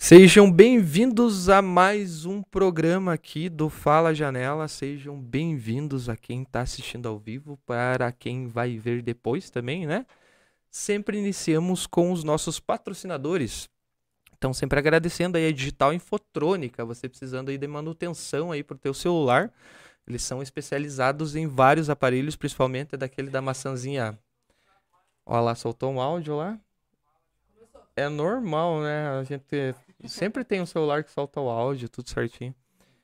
Sejam bem-vindos a mais um programa aqui do Fala Janela. Sejam bem-vindos a quem está assistindo ao vivo, para quem vai ver depois também, né? Sempre iniciamos com os nossos patrocinadores. Então, sempre agradecendo aí a Digital Infotrônica, você precisando aí de manutenção aí pro teu celular. Eles são especializados em vários aparelhos, principalmente daquele da maçãzinha. Olha lá, soltou um áudio lá. É normal, né? A gente sempre tem um celular que solta o áudio, tudo certinho.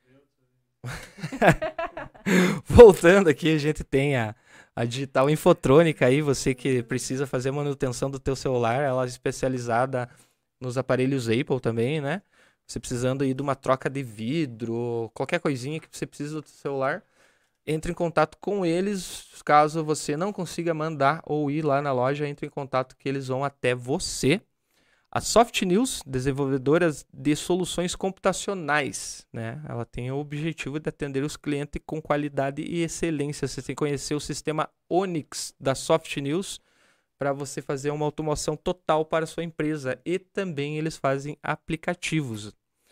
Voltando aqui, a gente tem a Digital Infotrônica aí, você que precisa fazer manutenção do teu celular, ela é especializada nos aparelhos Apple também, né? Você precisando aí de uma troca de vidro, qualquer coisinha que você precisa do teu celular, entre em contato com eles. Caso você não consiga mandar ou ir lá na loja, entre em contato que eles vão até você. A Soft News, desenvolvedora de soluções computacionais, né? Ela tem o objetivo de atender os clientes com qualidade e excelência. Você tem que conhecer o sistema Onyx da Soft News para você fazer uma automação total para a sua empresa. E também eles fazem aplicativos.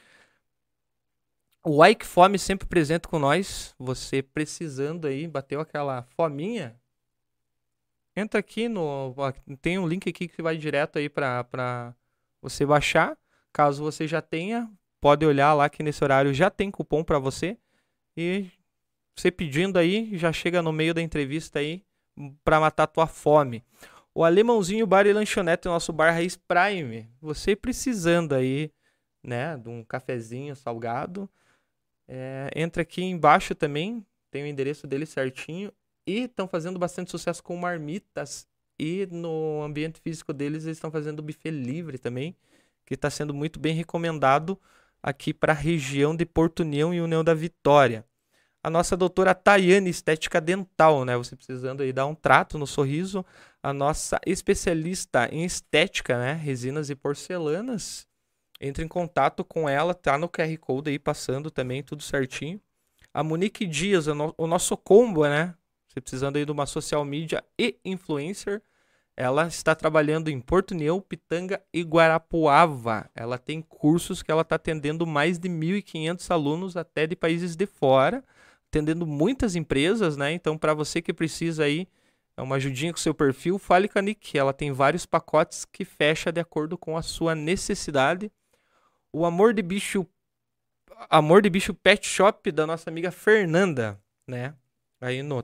O Ike Fome sempre presente com nós. Você precisando aí, bateu aquela fominha? Entra aqui tem um link aqui que vai direto aí para você baixar. Caso você já tenha, pode olhar lá que nesse horário já tem cupom para você. E você pedindo aí, já chega no meio da entrevista aí para matar a tua fome. O Alemãozinho Bar e Lanchonete, nosso bar Raiz Prime. Você precisando aí, né, de um cafezinho salgado. Entra aqui embaixo também, tem o endereço dele certinho. E estão fazendo bastante sucesso com marmitas. E no ambiente físico deles, eles estão fazendo buffet livre também, que está sendo muito bem recomendado aqui para a região de Porto União e União da Vitória. A nossa doutora Tayane, estética dental, né? Você precisando aí dar um trato no sorriso. A nossa especialista em estética, né? Resinas e porcelanas. Entre em contato com ela, tá no QR Code aí passando também, tudo certinho. A Monique Dias, o nosso combo, né? Você precisando aí de uma social media e influencer. Ela está trabalhando em Porto União, Pitanga e Guarapuava. Ela tem cursos que ela está atendendo mais de 1.500 alunos até de países de fora, atendendo muitas empresas, né? Então, para você que precisa aí, uma ajudinha com o seu perfil, fale com a Nick. Ela tem vários pacotes que fecha de acordo com a sua necessidade. O Amor de Bicho Pet Shop da nossa amiga Fernanda, né? Aí no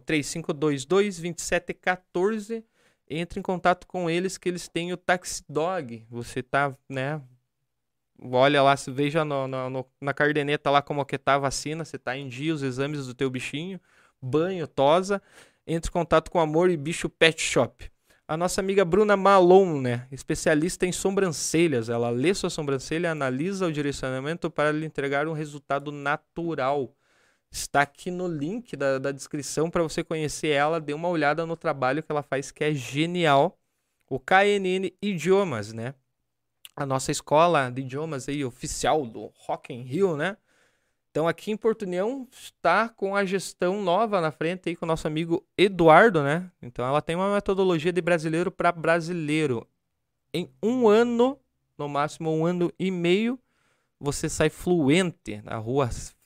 3522-2714, entre em contato com eles que eles têm o Taxi Dog. Você tá, né? Olha lá, veja na cardeneta lá como que tá a vacina, você tá em dia, os exames do teu bichinho, banho, tosa. Entre em contato com Amor e Bicho Pet Shop. A nossa amiga Bruna Malon, né? Especialista em sobrancelhas. Ela lê sua sobrancelha, analisa o direcionamento para lhe entregar um resultado natural. Está aqui no link da descrição para você conhecer ela. Dê uma olhada no trabalho que ela faz, que é genial. O KNN Idiomas, né? A nossa escola de idiomas aí, oficial do Rock in Rio, né? Então aqui em Porto União está com a gestão nova na frente aí com o nosso amigo Eduardo, né? Então ela tem uma metodologia de brasileiro para brasileiro. Em um ano, no máximo 1 ano e meio, você sai fluente na rua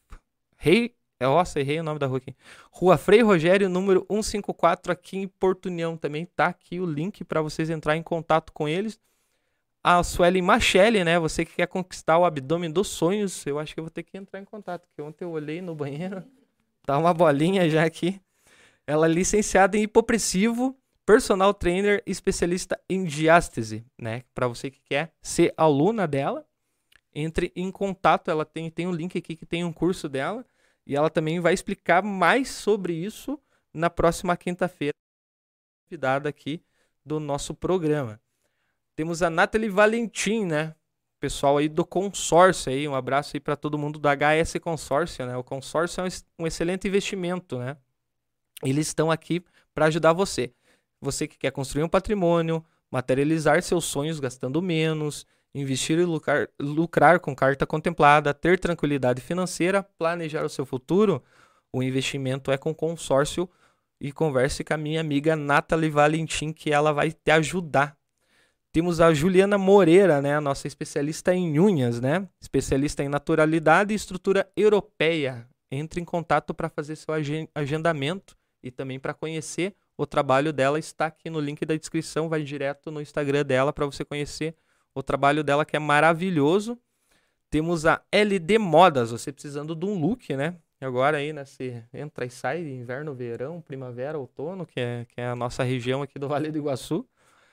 Nossa, errei o nome da rua aqui. Rua Frei Rogério, número 154, aqui em Porto União. Também tá aqui o link para vocês entrarem em contato com eles. A Suelen Machelle, né? Você que quer conquistar o abdômen dos sonhos, eu acho que eu vou ter que entrar em contato, porque ontem eu olhei no banheiro, tá uma bolinha já aqui. Ela é licenciada em hipopressivo, personal trainer, especialista em diástase, né? Para você que quer ser aluna dela, entre em contato. Ela tem um link aqui que tem um curso dela. E ela também vai explicar mais sobre isso na próxima quinta-feira, convidada aqui do nosso programa. Temos a Nathalie Valentim, né? Pessoal aí do consórcio aí, um abraço aí para todo mundo do HS Consórcio, né? O consórcio é um excelente investimento, né? Eles estão aqui para ajudar você. Você que quer construir um patrimônio, materializar seus sonhos gastando menos, investir e lucrar com carta contemplada, ter tranquilidade financeira, planejar o seu futuro, o investimento é com consórcio. E converse com a minha amiga Nathalie Valentim, que ela vai te ajudar. Temos a Juliana Moreira, né? A nossa especialista em unhas, né? Especialista em naturalidade e estrutura europeia. Entre em contato para fazer seu agendamento e também para conhecer o trabalho dela. Está aqui no link da descrição, vai direto no Instagram dela para você conhecer o trabalho dela, que é maravilhoso. Temos a LD Modas, você precisando de um look, né? Agora aí, né? Se entra e sai, inverno, verão, primavera, outono, que é a nossa região aqui do Vale do Iguaçu.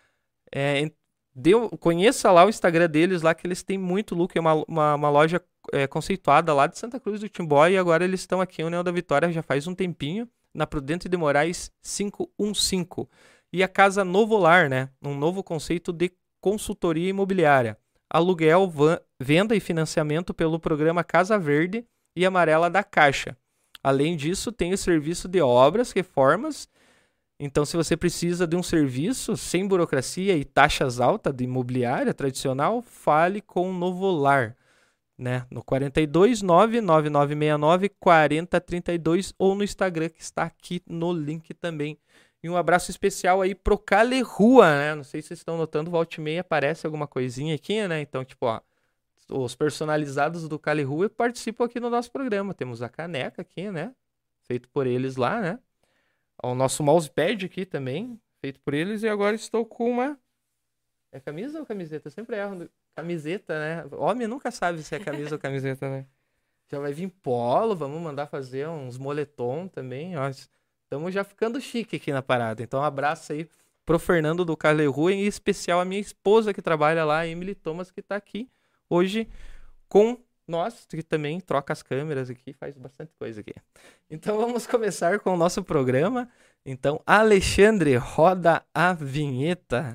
Conheça lá o Instagram deles, lá que eles têm muito look, é uma loja conceituada lá de Santa Cruz do Timbó, e agora eles estão aqui em União da Vitória já faz um tempinho, na Prudente de Moraes 515. E a Casa Novo Lar, né? Um novo conceito de consultoria imobiliária. Aluguel, venda e financiamento pelo programa Casa Verde e Amarela da Caixa. Além disso, tem o serviço de obras, reformas. Então, se você precisa de um serviço sem burocracia e taxas altas de imobiliária tradicional, fale com o Novo Lar, né? No 429-9969-4032 ou no Instagram, que está aqui no link também. E um abraço especial aí pro Calerrua, né? Não sei se vocês estão notando, volta e meia aparece alguma coisinha aqui, né? Então, tipo, ó, os personalizados do Calerrua participam aqui no nosso programa. Temos a caneca aqui, né? Feito por eles lá, né? O nosso mousepad aqui também, feito por eles. E agora estou com uma... É camisa ou camiseta? Eu sempre erro. Camiseta, né? Homem nunca sabe se é camisa ou camiseta, né? Já vai vir polo, vamos mandar fazer uns moletom também, ó. Estamos já ficando chique aqui na parada. Então, um abraço aí pro Fernando do Calerrua, em especial a minha esposa que trabalha lá, a Emily Thomas, que tá aqui hoje com nós, que também troca as câmeras aqui, faz bastante coisa aqui. Então, vamos começar com o nosso programa. Então, Alexandre, roda a vinheta.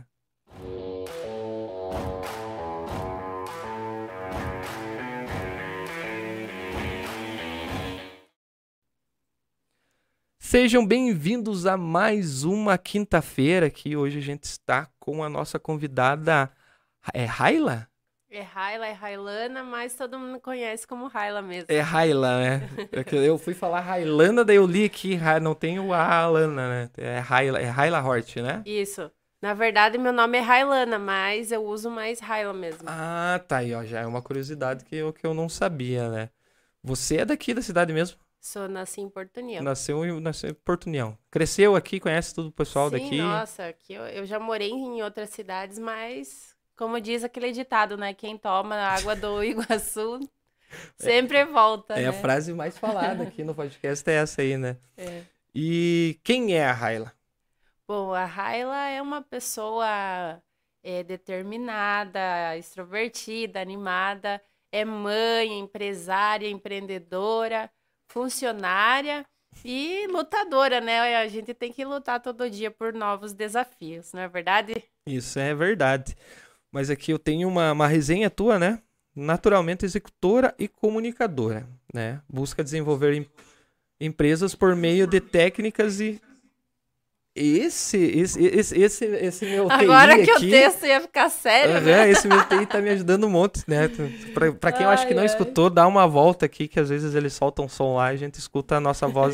Sejam bem-vindos a mais uma quinta-feira, que hoje a gente está com a nossa convidada, Raila? É Raila, é Railana, mas todo mundo conhece como Raila mesmo. É Raila, né? Eu fui falar Railana, daí eu li aqui, não tem o Alana, né? É Raila Hort, né? Isso. Na verdade, meu nome é Railana, mas eu uso mais Raila mesmo. Ah, tá aí, ó, já é uma curiosidade que eu não sabia, né? Você é daqui da cidade mesmo? Nasci em Porto União. Nasceu em Porto União. Cresceu aqui, conhece todo o pessoal Sim, daqui? Nossa, aqui eu já morei em outras cidades, mas como diz aquele ditado, né? Quem toma a água do Iguaçu sempre volta, né? É a frase mais falada aqui no podcast é essa aí, né? É. E quem é a Raila? Bom, a Raila é uma pessoa determinada, extrovertida, animada, é mãe, empresária, empreendedora, funcionária e lutadora, né? A gente tem que lutar todo dia por novos desafios, não é verdade? Isso é verdade. Mas aqui eu tenho uma resenha tua, né? Naturalmente executora e comunicadora, né? Busca desenvolver empresas por meio de técnicas e esse meu TI Agora que aqui, o texto ia ficar sério, né? Esse meu TI tá me ajudando um monte, né? Pra quem eu acho que não escutou, dá uma volta aqui, que às vezes eles soltam um som lá e a gente escuta a nossa voz.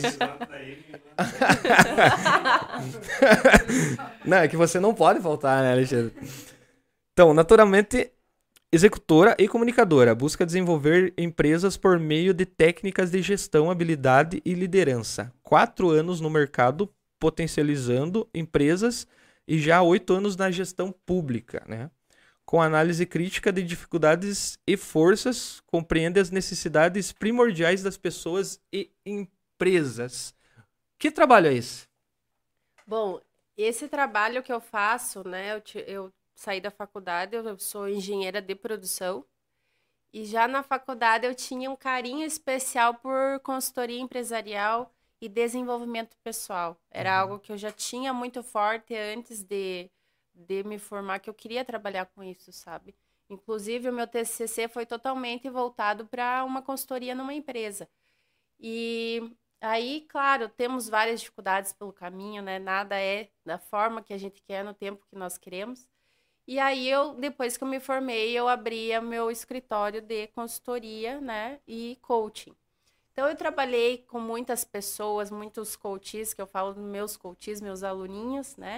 Não, é que você não pode voltar, né, Alexandre? Então, naturalmente, executora e comunicadora. Busca desenvolver empresas por meio de técnicas de gestão, habilidade e liderança. 4 anos no mercado, potencializando empresas e já 8 anos na gestão pública, né? Com análise crítica de dificuldades e forças, compreende as necessidades primordiais das pessoas e empresas. Que trabalho é esse? Bom, esse trabalho que eu faço, né? Eu saí da faculdade, eu sou engenheira de produção. E já na faculdade eu tinha um carinho especial por consultoria empresarial e desenvolvimento pessoal. Era algo que eu já tinha muito forte antes de me formar, que eu queria trabalhar com isso, sabe? Inclusive, o meu TCC foi totalmente voltado para uma consultoria numa empresa. E aí, claro, temos várias dificuldades pelo caminho, né? Nada é da forma que a gente quer, no tempo que nós queremos. E aí, depois que eu me formei, eu abri meu escritório de consultoria, né? E coaching. Então, eu trabalhei com muitas pessoas, muitos coaches, que eu falo meus coaches, meus aluninhos, né?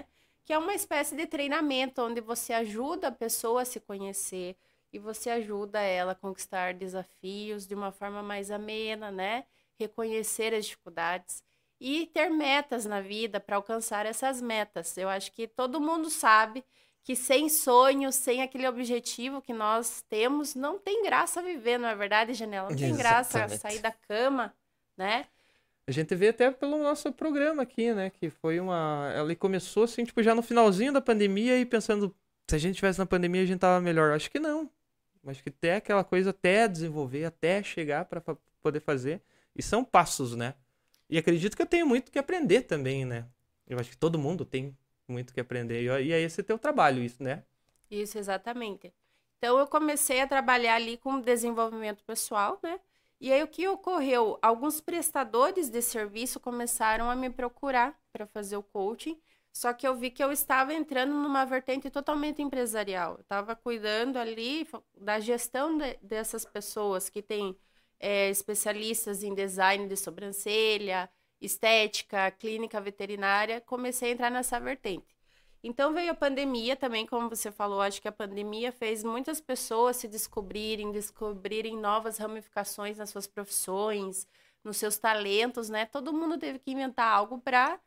que é uma espécie de treinamento onde você ajuda a pessoa a se conhecer e você ajuda ela a conquistar desafios de uma forma mais amena, né? Reconhecer as dificuldades e ter metas na vida para alcançar essas metas. Eu acho que todo mundo sabe que sem sonho, sem aquele objetivo que nós temos, não tem graça viver, não é verdade, Janela? Não tem graça sair da cama, né? A gente vê até pelo nosso programa aqui, né? Que foi uma... Ela começou assim, tipo, já no finalzinho da pandemia e pensando, se a gente tivesse na pandemia, a gente tava melhor. Acho que não. Acho que até aquela coisa, até desenvolver, até chegar para poder fazer. E são passos, né? E acredito que eu tenho muito que aprender também, né? Eu acho que todo mundo tem muito que aprender. E aí esse é teu trabalho, isso, né? Isso, exatamente. Então, eu comecei a trabalhar ali com desenvolvimento pessoal, né? E aí, o que ocorreu? Alguns prestadores de serviço começaram a me procurar para fazer o coaching, só que eu vi que eu estava entrando numa vertente totalmente empresarial. Eu estava cuidando ali da gestão dessas pessoas que têm especialistas em design de sobrancelha, estética, clínica veterinária. Comecei a entrar nessa vertente. Então veio a pandemia também, como você falou, acho que a pandemia fez muitas pessoas se descobrirem novas ramificações nas suas profissões, nos seus talentos, né? Todo mundo teve que inventar algo para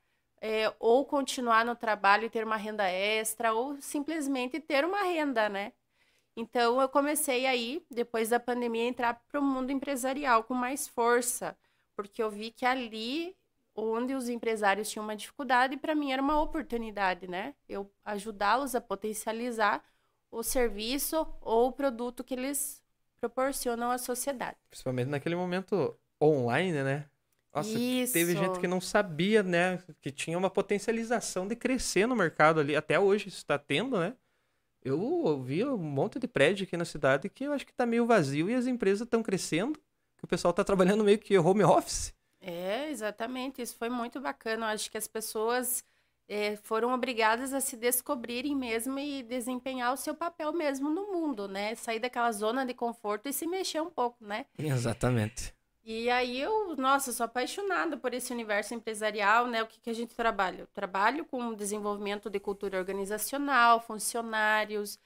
ou continuar no trabalho e ter uma renda extra, ou simplesmente ter uma renda, né? Então eu comecei aí, depois da pandemia, a entrar para o mundo empresarial com mais força, porque eu vi que ali onde os empresários tinham uma dificuldade, para mim era uma oportunidade, né? Eu ajudá-los a potencializar o serviço ou o produto que eles proporcionam à sociedade. Principalmente naquele momento online, né? Nossa, Isso. teve gente que não sabia, né? Que tinha uma potencialização de crescer no mercado ali. Até hoje isso está tendo, né? Eu ouvi um monte de prédio aqui na cidade que eu acho que tá meio vazio e as empresas estão crescendo, que o pessoal tá trabalhando meio que home office. Exatamente. Isso foi muito bacana. Eu acho que as pessoas foram obrigadas a se descobrirem mesmo e desempenhar o seu papel mesmo no mundo, né? Sair daquela zona de conforto e se mexer um pouco, né? Exatamente. E aí nossa, eu sou apaixonada por esse universo empresarial, né? O que a gente trabalha? Eu trabalho com desenvolvimento de cultura organizacional, funcionários,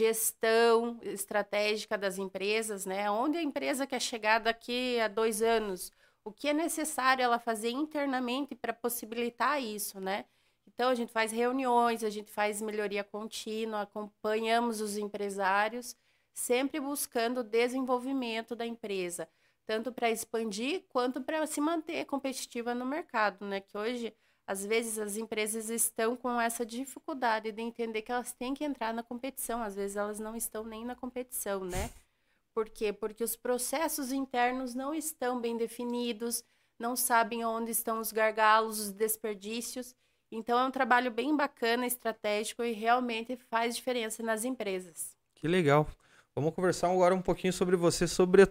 gestão estratégica das empresas, né? Onde a empresa quer chegar daqui a 2 anos? O que é necessário ela fazer internamente para possibilitar isso, né? Então, a gente faz reuniões, a gente faz melhoria contínua, acompanhamos os empresários, sempre buscando o desenvolvimento da empresa, tanto para expandir quanto para se manter competitiva no mercado, né? Que hoje, às vezes, as empresas estão com essa dificuldade de entender que elas têm que entrar na competição, às vezes elas não estão nem na competição, né? Por quê? Porque os processos internos não estão bem definidos, não sabem onde estão os gargalos, os desperdícios. Então, é um trabalho bem bacana, estratégico e realmente faz diferença nas empresas. Que legal. Vamos conversar agora um pouquinho sobre você, sobre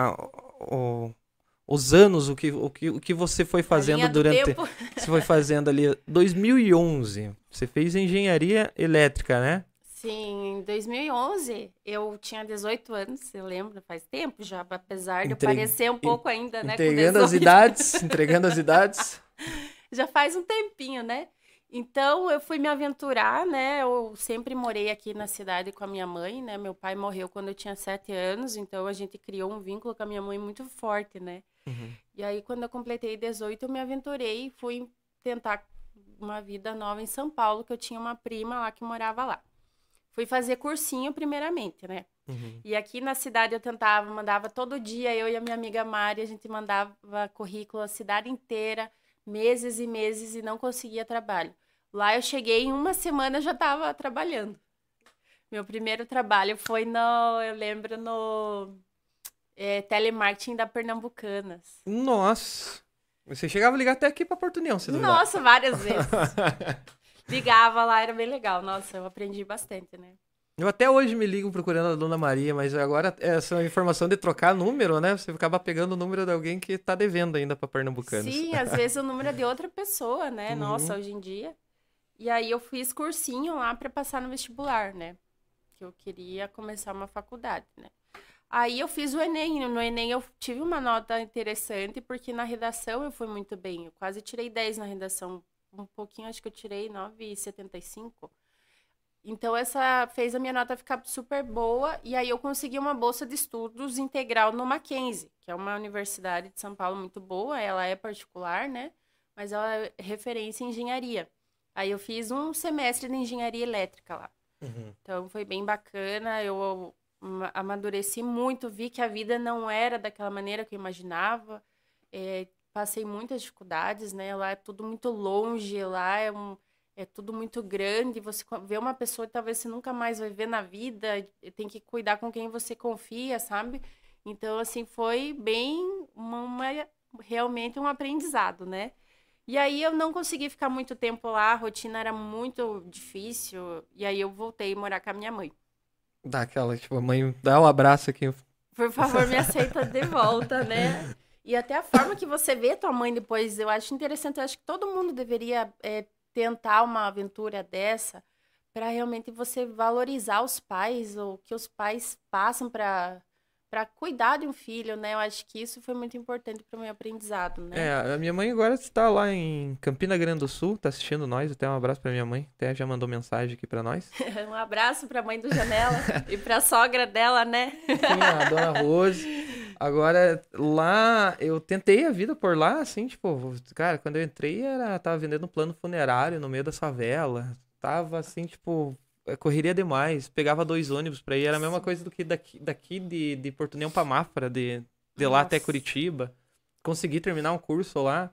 os anos, o que você foi fazendo durante... Você foi fazendo ali 2011. Você fez engenharia elétrica, né? Sim, em 2011 eu tinha 18 anos, eu lembro, faz tempo já, apesar de eu parecer um pouco ainda, né? Entregando as idades, entregando as idades. Já faz um tempinho, né? Então eu fui me aventurar, né? Eu sempre morei aqui na cidade com a minha mãe, né? Meu pai morreu quando eu tinha 7 anos, então a gente criou um vínculo com a minha mãe muito forte, né? Uhum. E aí quando eu completei 18 eu me aventurei e fui tentar uma vida nova em São Paulo, que eu tinha uma prima lá que morava lá. Fui fazer cursinho primeiramente, né? Uhum. E aqui na cidade eu mandava todo dia, eu e a minha amiga Mari, a gente mandava currículo a cidade inteira, meses e meses, e não conseguia trabalho. Lá eu cheguei, em uma semana eu já estava trabalhando. Meu primeiro trabalho foi eu lembro, no telemarketing da Pernambucanas. Nossa! Você chegava a ligar até aqui para Porto União, você Nossa, várias vezes. Ligava lá, era bem legal. Nossa, eu aprendi bastante, né? Eu até hoje me ligo procurando a Dona Maria, mas agora essa informação de trocar número, né? Você acaba pegando o número de alguém que tá devendo ainda pra Pernambucanos. Sim, às vezes o número é de outra pessoa, né? Uhum. Nossa, hoje em dia. E aí eu fiz cursinho lá para passar no vestibular, né? Que eu queria começar uma faculdade, né? Aí eu fiz o Enem. No Enem eu tive uma nota interessante, porque na redação eu fui muito bem. Eu quase tirei 10 na redação um pouquinho, acho que eu tirei 9,75. Então, essa fez a minha nota ficar super boa. E aí, eu consegui uma bolsa de estudos integral no Mackenzie, que é uma universidade de São Paulo muito boa. Ela é particular, né? Mas ela é referência em engenharia. Aí, eu fiz um semestre de engenharia elétrica lá. Então, foi bem bacana. Eu amadureci muito, vi que a vida não era daquela maneira que eu imaginava. Passei muitas dificuldades, né? Lá é tudo muito longe, lá é tudo muito grande. Você vê uma pessoa que talvez você nunca mais vai ver na vida, tem que cuidar com quem você confia, sabe? Então, assim, foi bem realmente um aprendizado, né? E aí eu não consegui ficar muito tempo lá, a rotina era muito difícil, e aí eu voltei a morar com a minha mãe. Dá aquela, tipo, a mãe, dá um abraço aqui. Por favor, me aceita de volta, né? E até a forma que você vê tua mãe depois, eu acho interessante. Eu acho que todo mundo deveria tentar uma aventura dessa para realmente você valorizar os pais, ou o que os pais passam para cuidar de um filho, né? Eu acho que isso foi muito importante para o meu aprendizado, né? A minha mãe agora está lá em Campina Grande do Sul, tá assistindo nós. Até um abraço pra minha mãe. Até já mandou mensagem aqui pra nós. Um abraço para a mãe do Janela e para a sogra dela, né? Sim, a dona Rose. Agora, lá, eu tentei a vida por lá, assim, tipo, cara, quando eu entrei, tava vendendo um plano funerário no meio da favela. Tava, assim, tipo, correria demais. Pegava 2 ônibus pra ir, era a mesma coisa do que daqui de Porto União pra Mafra, de lá até Curitiba. Consegui terminar um curso lá.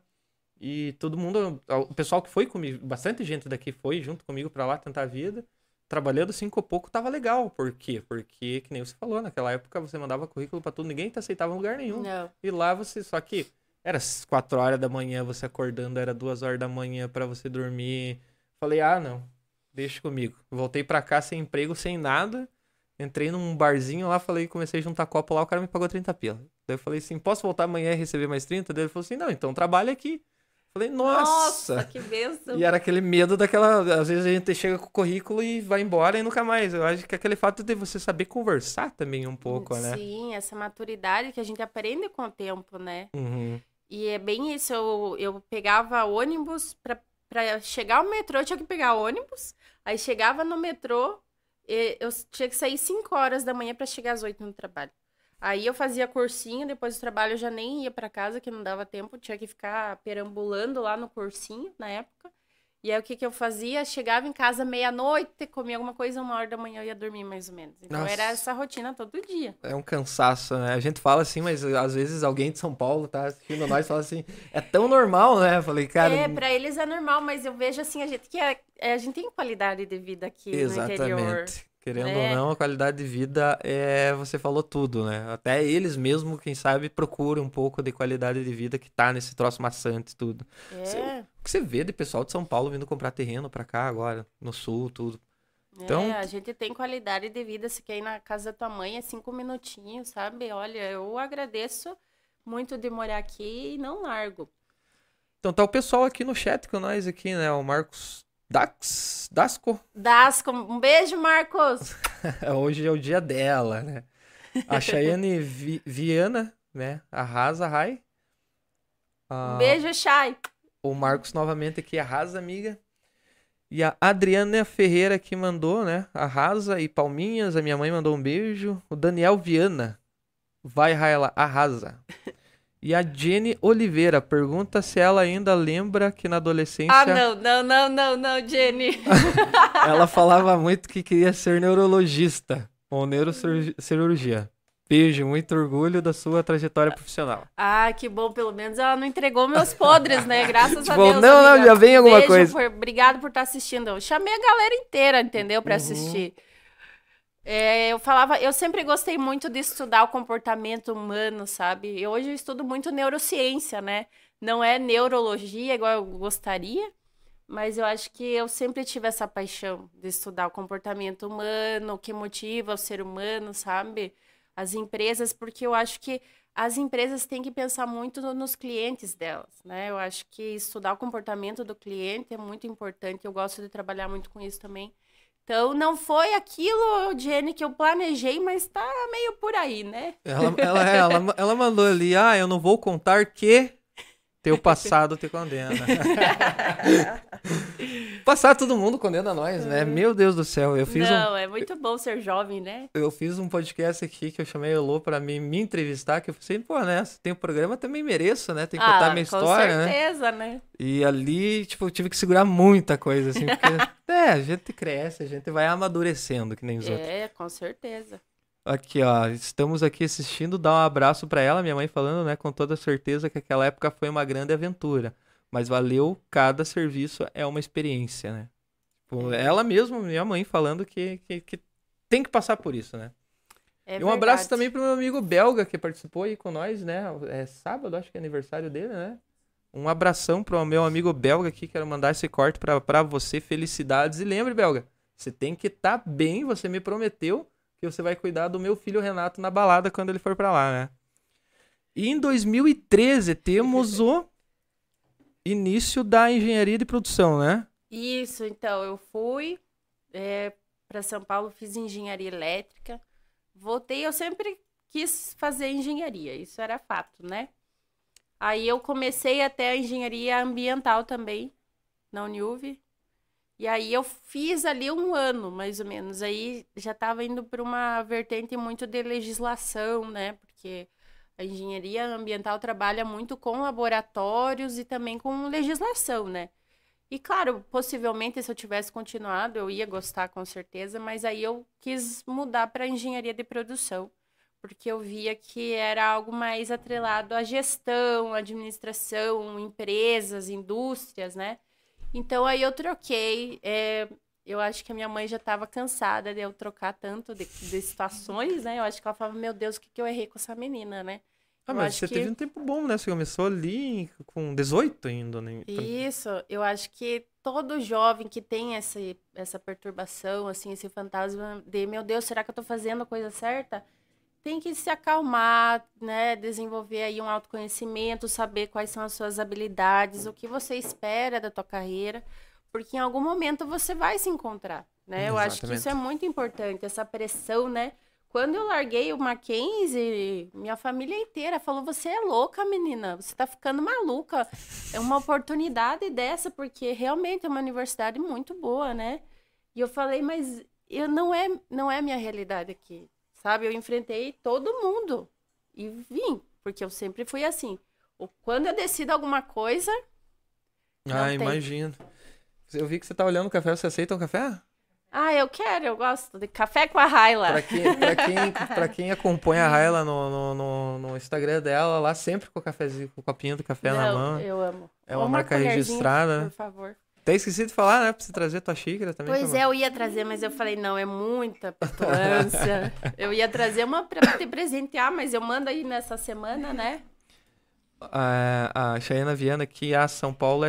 E todo mundo, o pessoal que foi comigo, bastante gente daqui foi junto comigo pra lá tentar a vida. Trabalhando 5 ou pouco tava legal. Por quê? Porque, que nem você falou, naquela época você mandava currículo pra tudo, ninguém te aceitava em lugar nenhum. Não. E lá você, só que era 4 horas da manhã, você acordando, era 2 horas da manhã pra você dormir. Falei, não, deixa comigo. Voltei pra cá sem emprego, sem nada. Entrei num barzinho lá, comecei a juntar copo lá, o cara me pagou 30 pila. Daí eu falei assim, posso voltar amanhã e receber mais 30? Daí ele falou assim, não, então trabalha aqui. Falei, nossa, que bênção. E era aquele medo daquela... Às vezes a gente chega com o currículo e vai embora e nunca mais. Eu acho que aquele fato de você saber conversar também um pouco, né? Sim, essa maturidade que a gente aprende com o tempo, né? Uhum. E é bem isso, eu pegava ônibus, pra chegar ao metrô eu tinha que pegar ônibus, aí chegava no metrô, eu tinha que sair 5 horas da manhã pra chegar às 8 no trabalho. Aí eu fazia cursinho, depois do trabalho eu já nem ia pra casa, que não dava tempo, tinha que ficar perambulando lá no cursinho, na época. E aí o que eu fazia? Chegava em casa meia-noite, comia alguma coisa, 1 hora da manhã eu ia dormir mais ou menos. Então era essa rotina todo dia. É um cansaço, né? A gente fala assim, mas às vezes alguém de São Paulo tá assistindo nós e fala assim, é tão normal, né? Eu falei, cara... Pra eles é normal, mas eu vejo assim, a gente tem qualidade de vida aqui no interior. Querendo ou não, a qualidade de vida você falou tudo, né? Até eles mesmo, quem sabe, procuram um pouco de qualidade de vida que tá nesse troço maçante e tudo. O que você vê de pessoal de São Paulo vindo comprar terreno pra cá agora, no sul, tudo. Então, a gente tem qualidade de vida, se quer ir na casa da tua mãe, é 5 minutinhos, sabe? Olha, eu agradeço muito de morar aqui e não largo. Então tá o pessoal aqui no chat com nós aqui, né? O Marcos Dasco, um beijo, Marcos! Hoje é o dia dela, né? A Chayane Viana, né? Arrasa, Rai. Um beijo, Chay! O Marcos novamente aqui, arrasa, amiga. E a Adriana Ferreira que mandou, né? Arrasa e palminhas. A minha mãe mandou um beijo. O Daniel Viana. Vai, Raila, arrasa. E a Jenny Oliveira pergunta se ela ainda lembra que na adolescência... não, Jenny. Ela falava muito que queria ser neurologista ou neurocirurgia. Beijo, muito orgulho da sua trajetória profissional. Que bom, pelo menos ela não entregou meus podres, né? Graças a Deus. Não, já vem alguma coisa. Obrigado por estar assistindo. Eu chamei a galera inteira, entendeu? Pra assistir. Eu sempre gostei muito de estudar o comportamento humano, sabe? E hoje eu estudo muito neurociência, né? Não é neurologia igual eu gostaria, mas eu acho que eu sempre tive essa paixão de estudar o comportamento humano, o que motiva o ser humano, sabe? As empresas, porque eu acho que as empresas têm que pensar muito nos clientes delas, né? Eu acho que estudar o comportamento do cliente é muito importante, eu gosto de trabalhar muito com isso também. Então, não foi aquilo, Jenny, que eu planejei, mas tá meio por aí, né? Ela mandou ali, eu não vou contar que... Teu passado te condena. Passar todo mundo condena nós, né? Meu Deus do céu. É muito bom ser jovem, né? Eu fiz um podcast aqui que eu chamei a Elô pra me entrevistar, que eu falei, pô, né? Se tem um programa, também mereço, né? Tem que contar minha história, né? Com certeza, né? E ali, tipo, eu tive que segurar muita coisa, assim, porque, a gente cresce, a gente vai amadurecendo, que nem os outros. É, com certeza. Aqui, ó, estamos aqui assistindo, dá um abraço pra ela, minha mãe falando, né, com toda certeza que aquela época foi uma grande aventura, mas valeu, cada serviço é uma experiência, né? Tipo, ela mesma, minha mãe, falando que tem que passar por isso, né? É E um abraço verdade. também pro meu amigo belga que participou aí com nós, né? É sábado, acho que é aniversário dele, né? Um abração pro meu amigo belga aqui, quero mandar esse corte pra você, felicidades. E lembre, belga, você tem que estar bem, você me prometeu que você vai cuidar do meu filho Renato na balada quando ele for pra lá, né? E em 2013 temos o início da engenharia de produção, né? Isso, então, eu fui para São Paulo, fiz engenharia elétrica, voltei, eu sempre quis fazer engenharia, isso era fato, né? Aí eu comecei até a engenharia ambiental também, na Uniuv, e aí eu fiz ali 1 ano, mais ou menos, aí já estava indo para uma vertente muito de legislação, né? Porque a engenharia ambiental trabalha muito com laboratórios e também com legislação, né? E claro, possivelmente se eu tivesse continuado, eu ia gostar com certeza, mas aí eu quis mudar para engenharia de produção, porque eu via que era algo mais atrelado à gestão, administração, empresas, indústrias, né? Então aí eu troquei. Eu acho que a minha mãe já estava cansada de eu trocar tanto de situações, né? Eu acho que ela falava, meu Deus, o que eu errei com essa menina, né? Ah, mas você teve um tempo bom, né? Você começou ali com 18 ainda, né? Isso, eu acho que todo jovem que tem essa perturbação, assim, esse fantasma de, meu Deus, será que eu tô fazendo a coisa certa? Tem que se acalmar, né? Desenvolver aí um autoconhecimento, saber quais são as suas habilidades, o que você espera da tua carreira, porque em algum momento você vai se encontrar, né? Eu acho que isso é muito importante, essa pressão, né? Quando eu larguei o Mackenzie, minha família inteira falou, você é louca, menina, você tá ficando maluca. É uma oportunidade dessa, porque realmente é uma universidade muito boa, né? E eu falei, mas não é a minha realidade aqui, sabe? Eu enfrentei todo mundo e vim, porque eu sempre fui assim. Quando eu decido alguma coisa, não tem. Imagino. Eu vi que você tá olhando o café, você aceita um café? Eu quero, eu gosto de café com a Raila. Pra quem acompanha a Raila no Instagram dela, lá sempre com o cafezinho, com o copinho do café na mão. Eu amo. É uma marca registrada. Por favor. Até esqueci de falar, né? Pra você trazer tua xícara também. Pois eu ia trazer, mas eu falei, não, é muita petulância. Eu ia trazer uma pra te presentear, mas eu mando aí nessa semana, né? A Chayana Viana aqui, São Paulo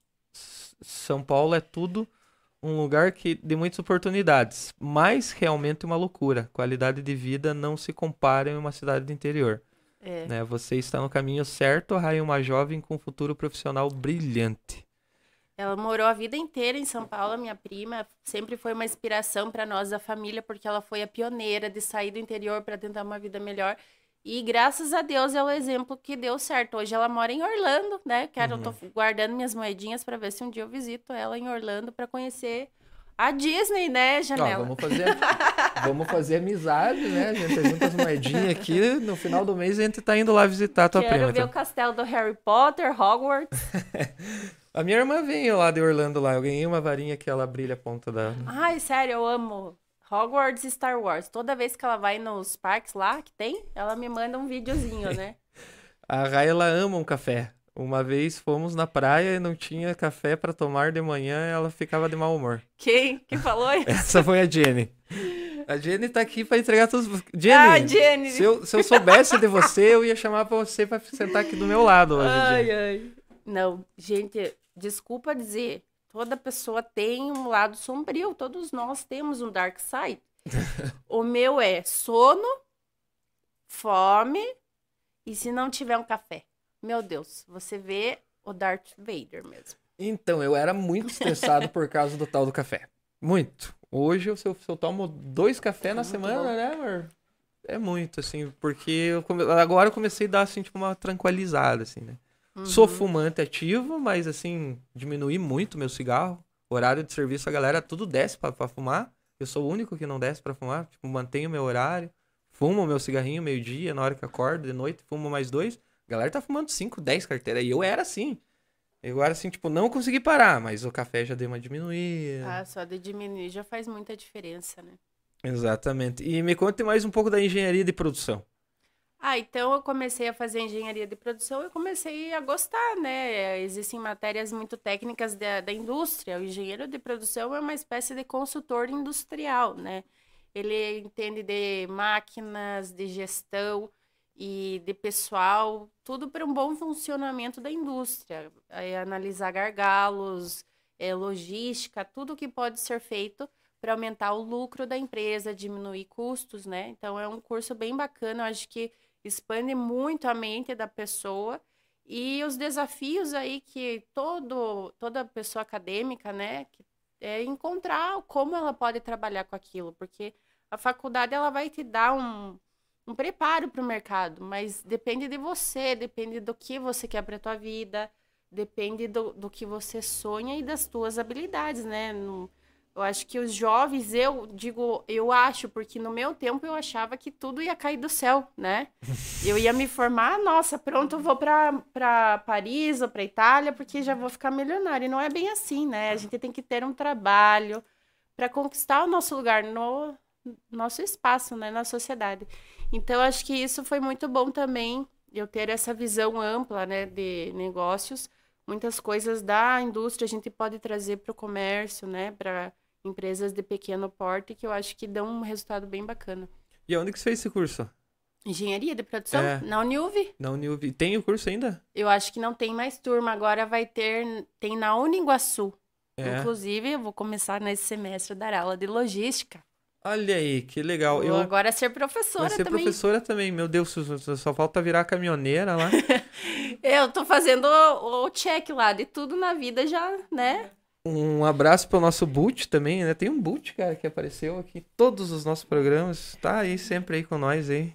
é tudo um lugar de muitas oportunidades, mas realmente uma loucura. Qualidade de vida não se compara em uma cidade do interior. Né? Você está no caminho certo, Raia, uma jovem com um futuro profissional brilhante. Ela morou a vida inteira em São Paulo, minha prima. Sempre foi uma inspiração para nós da família, porque ela foi a pioneira de sair do interior para tentar uma vida melhor. E graças a Deus é o exemplo que deu certo. Hoje ela mora em Orlando, né? Eu tô guardando minhas moedinhas para ver se um dia eu visito ela em Orlando para conhecer a Disney, né, Janela? Vamos fazer amizade, né? A gente junta as moedinhas aqui. No final do mês a gente tá indo lá visitar a tua prima. Quero ver o castelo do Harry Potter, Hogwarts. A minha irmã veio lá de Orlando lá. Eu ganhei uma varinha que ela brilha a ponta da... Ai, sério, eu amo Hogwarts e Star Wars. Toda vez que ela vai nos parques lá, que tem, ela me manda um videozinho, né? A Raia, ela ama um café. Uma vez fomos na praia e não tinha café pra tomar de manhã, ela ficava de mau humor. Quem falou isso? Essa foi a Jenny. A Jenny tá aqui pra entregar todos... Jenny, Jenny. Se eu soubesse de você, eu ia chamar pra você pra sentar aqui do meu lado hoje, Jenny. Ai. Não, gente, desculpa dizer, toda pessoa tem um lado sombrio, todos nós temos um dark side. O meu é sono, fome e se não tiver um café. Meu Deus, você vê o Darth Vader mesmo. Então, eu era muito estressado por causa do tal do café. Muito. Hoje, se eu tomo 2 cafés na semana, né, amor? É muito, assim, porque agora eu comecei a dar, assim, tipo, uma tranquilizada, assim, né? Sou fumante ativo, mas assim, diminui muito meu cigarro. Horário de serviço, a galera tudo desce pra fumar. Eu sou o único que não desce pra fumar. Tipo, mantenho meu horário. Fumo meu cigarrinho meio-dia, na hora que acordo, de noite, fumo mais 2. A galera tá fumando 5, 10 carteiras. E eu era assim. Eu era assim, tipo, não consegui parar, mas o café já deu uma diminuída. Ah, só de diminuir já faz muita diferença, né? Exatamente. E me conte mais um pouco da engenharia de produção. Ah, então eu comecei a fazer engenharia de produção e comecei a gostar, né? Existem matérias muito técnicas da indústria. O engenheiro de produção é uma espécie de consultor industrial, né? Ele entende de máquinas, de gestão e de pessoal, tudo para um bom funcionamento da indústria. Analisar gargalos, logística, tudo que pode ser feito para aumentar o lucro da empresa, diminuir custos, né? Então é um curso bem bacana, eu acho que expande muito a mente da pessoa e os desafios aí que toda pessoa acadêmica, né, é encontrar como ela pode trabalhar com aquilo, porque a faculdade ela vai te dar um preparo para o mercado, mas depende de você, depende do que você quer para a tua vida, depende do que você sonha e das tuas habilidades, né? Eu acho que os jovens, eu acho, porque no meu tempo eu achava que tudo ia cair do céu, né? Eu ia me formar, nossa, pronto, eu vou para Paris ou para Itália, porque já vou ficar milionária. E não é bem assim, né? A gente tem que ter um trabalho para conquistar o nosso lugar no nosso espaço, né, na sociedade. Então, eu acho que isso foi muito bom também, eu ter essa visão ampla, né, de negócios. Muitas coisas da indústria a gente pode trazer para o comércio, né, para empresas de pequeno porte, que eu acho que dão um resultado bem bacana. E onde que você fez esse curso? Engenharia de produção? É. Na Uniuv. Na Uniuv. Tem o curso ainda? Eu acho que não tem mais turma, agora tem na Uniguaçu. É. Inclusive, eu vou começar nesse semestre a dar aula de logística. Olha aí, que legal. Vou agora ser professora também. Vai ser também. professora também. Meu Deus, só falta virar caminhoneira lá. Eu tô fazendo o check lá de tudo na vida já, né? Um abraço pro nosso Boot também, né? Tem um Boot, cara, que apareceu aqui em todos os nossos programas. Tá aí sempre aí com nós aí.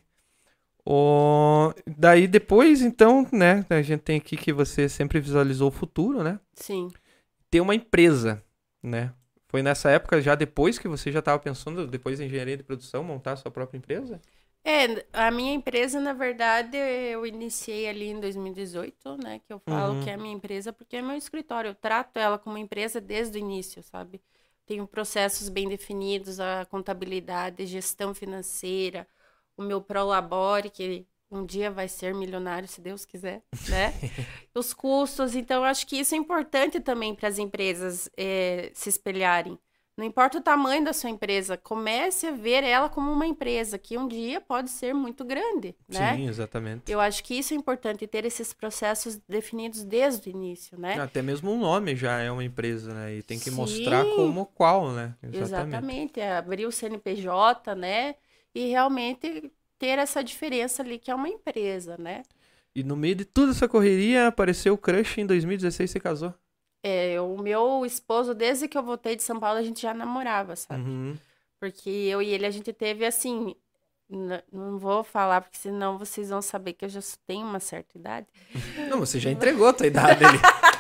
Daí depois, então, né? A gente tem aqui que você sempre visualizou o futuro, né? Sim. Ter uma empresa, né? Foi nessa época, já depois que você já estava pensando, depois da engenharia de produção, montar a sua própria empresa? A minha empresa, na verdade, eu iniciei ali em 2018, né? Que eu falo que é a minha empresa porque é meu escritório. Eu trato ela como empresa desde o início, sabe? Tenho processos bem definidos, a contabilidade, gestão financeira, o meu Prolabore, que um dia vai ser milionário, se Deus quiser, né? Os custos. Então, eu acho que isso é importante também para as empresas se espelharem. Não importa o tamanho da sua empresa, comece a ver ela como uma empresa que um dia pode ser muito grande, né? Sim, exatamente. Eu acho que isso é importante, ter esses processos definidos desde o início, né? Até mesmo o nome já é uma empresa, né? E tem que Sim, mostrar como qual, né? Exatamente. Abrir o CNPJ, né? E realmente ter essa diferença ali que é uma empresa, né? E no meio de toda essa correria, apareceu o crush em 2016 e você casou. O meu esposo, desde que eu voltei de São Paulo, a gente já namorava, sabe? Porque eu e ele, a gente teve assim... Não vou falar, porque senão vocês vão saber que eu já tenho uma certa idade. Não, você já entregou a tua idade ali.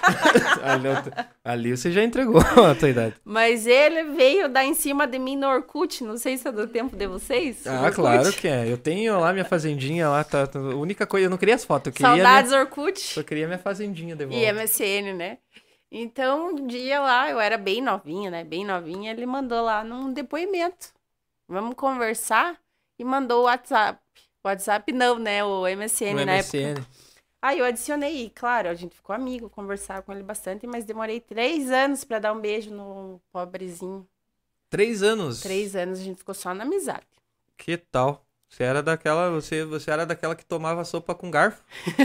Ali você já entregou a tua idade. Mas ele veio dar em cima de mim no Orkut, não sei se é do tempo de vocês. Ah, claro que é. Eu tenho lá minha fazendinha lá, tá. A única coisa, eu não queria as fotos, eu queria Saudades Orkut. Só queria minha fazendinha de volta. E MSN, né? Então, um dia lá, eu era bem novinha, né? Bem novinha, ele mandou lá num depoimento. Vamos conversar? E mandou o WhatsApp. O WhatsApp não, né? O MSN na época. Aí eu adicionei, claro, a gente ficou amigo, conversava com ele bastante, mas demorei 3 anos pra dar um beijo no pobrezinho. 3 anos? 3 anos, a gente ficou só na amizade. Que tal? Você era daquela que tomava sopa com garfo?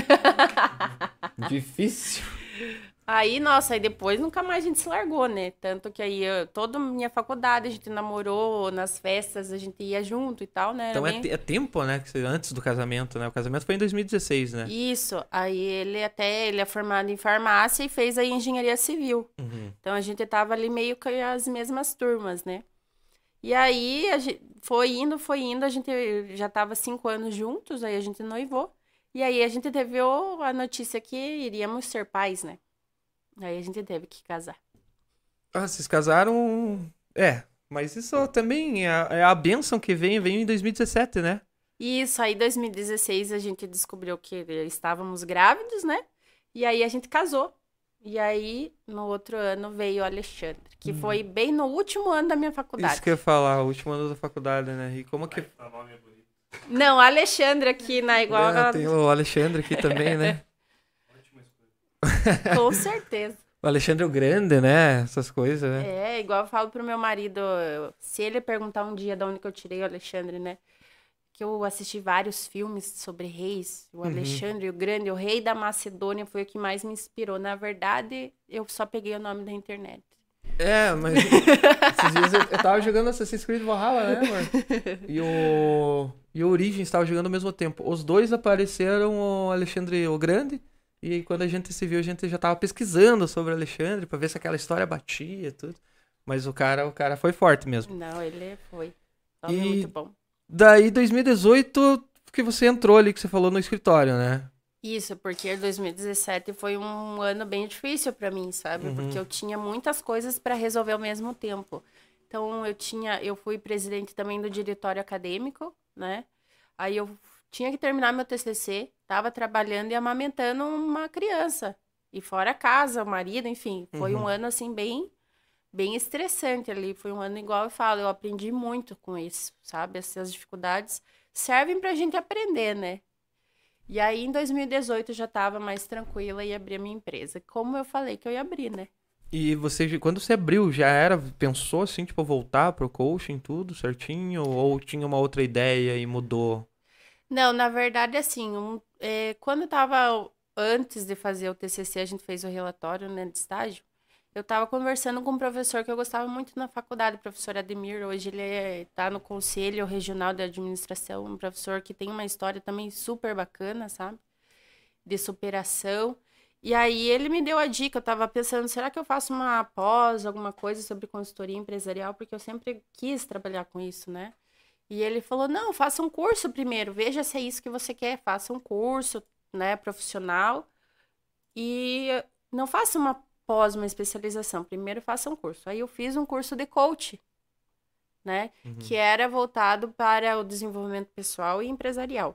Difícil. Aí, nossa, aí depois nunca mais a gente se largou, né? Tanto que aí, toda a minha faculdade, a gente namorou, nas festas a gente ia junto e tal, né? Então é tempo, né? Antes do casamento, né? O casamento foi em 2016, né? Isso. Aí ele é formado em farmácia e fez aí engenharia civil. Então a gente tava ali meio que as mesmas turmas, né? E aí, foi indo, a gente já tava 5 anos juntos, aí a gente noivou. E aí a gente teve a notícia que iríamos ser pais, né? Aí a gente teve que casar. Ah, vocês casaram. É, mas isso também é a bênção que veio em 2017, né? Isso, aí em 2016 a gente descobriu que estávamos grávidos, né? E aí a gente casou. E aí, no outro ano, veio o Alexandre, que foi bem no último ano da minha faculdade. Isso que eu ia falar, o último ano da faculdade, né? E como que. Não, Alexandre aqui na igual. Tem o Alexandre aqui também, né? Com certeza. O Alexandre é o Grande, né? Essas coisas, né? É, igual eu falo pro meu marido, se ele perguntar um dia de onde que eu tirei o Alexandre, né? Que eu assisti vários filmes sobre reis, o Alexandre o Grande, o rei da Macedônia foi o que mais me inspirou. Na verdade, eu só peguei o nome da internet. É, mas esses dias eu tava jogando Assassin's Creed Valhalla, né, amor? E o Origins tava jogando ao mesmo tempo. Os dois apareceram, o Alexandre o Grande, e aí, quando a gente se viu, a gente já tava pesquisando sobre o Alexandre pra ver se aquela história batia e tudo. Mas o cara foi forte mesmo. Não, ele foi. Homem muito bom. Daí, 2018, que você entrou ali, que você falou no escritório, né? Isso, porque 2017 foi um ano bem difícil pra mim, sabe? Porque eu tinha muitas coisas pra resolver ao mesmo tempo. Então, eu fui presidente também do diretório acadêmico, né? Aí eu tinha que terminar meu TCC, tava trabalhando e amamentando uma criança. E fora a casa, o marido, enfim, foi um ano assim bem estressante ali. Foi um ano igual eu falo, eu aprendi muito com isso, sabe? Essas dificuldades servem pra gente aprender, né? E aí, em 2018, eu já estava mais tranquila e abri a minha empresa. Como eu falei que eu ia abrir, né? E você, quando você abriu, pensou assim, tipo, voltar pro coaching, tudo certinho? Ou tinha uma outra ideia e mudou? Não, na verdade, assim, quando eu estava antes de fazer o TCC, a gente fez o relatório, né, de estágio. Eu estava conversando com um professor que eu gostava muito na faculdade, o professor Ademir. Hoje ele está no Conselho Regional de Administração, um professor que tem uma história também super bacana, sabe? De superação. E aí ele me deu a dica, eu estava pensando, será que eu faço uma pós, alguma coisa sobre consultoria empresarial? Porque eu sempre quis trabalhar com isso, né? E ele falou, não, faça um curso primeiro, veja se é isso que você quer, faça um curso, né, profissional. E não faça uma pós, uma especialização, primeiro faça um curso. Aí eu fiz um curso de coach, né, que era voltado para o desenvolvimento pessoal e empresarial.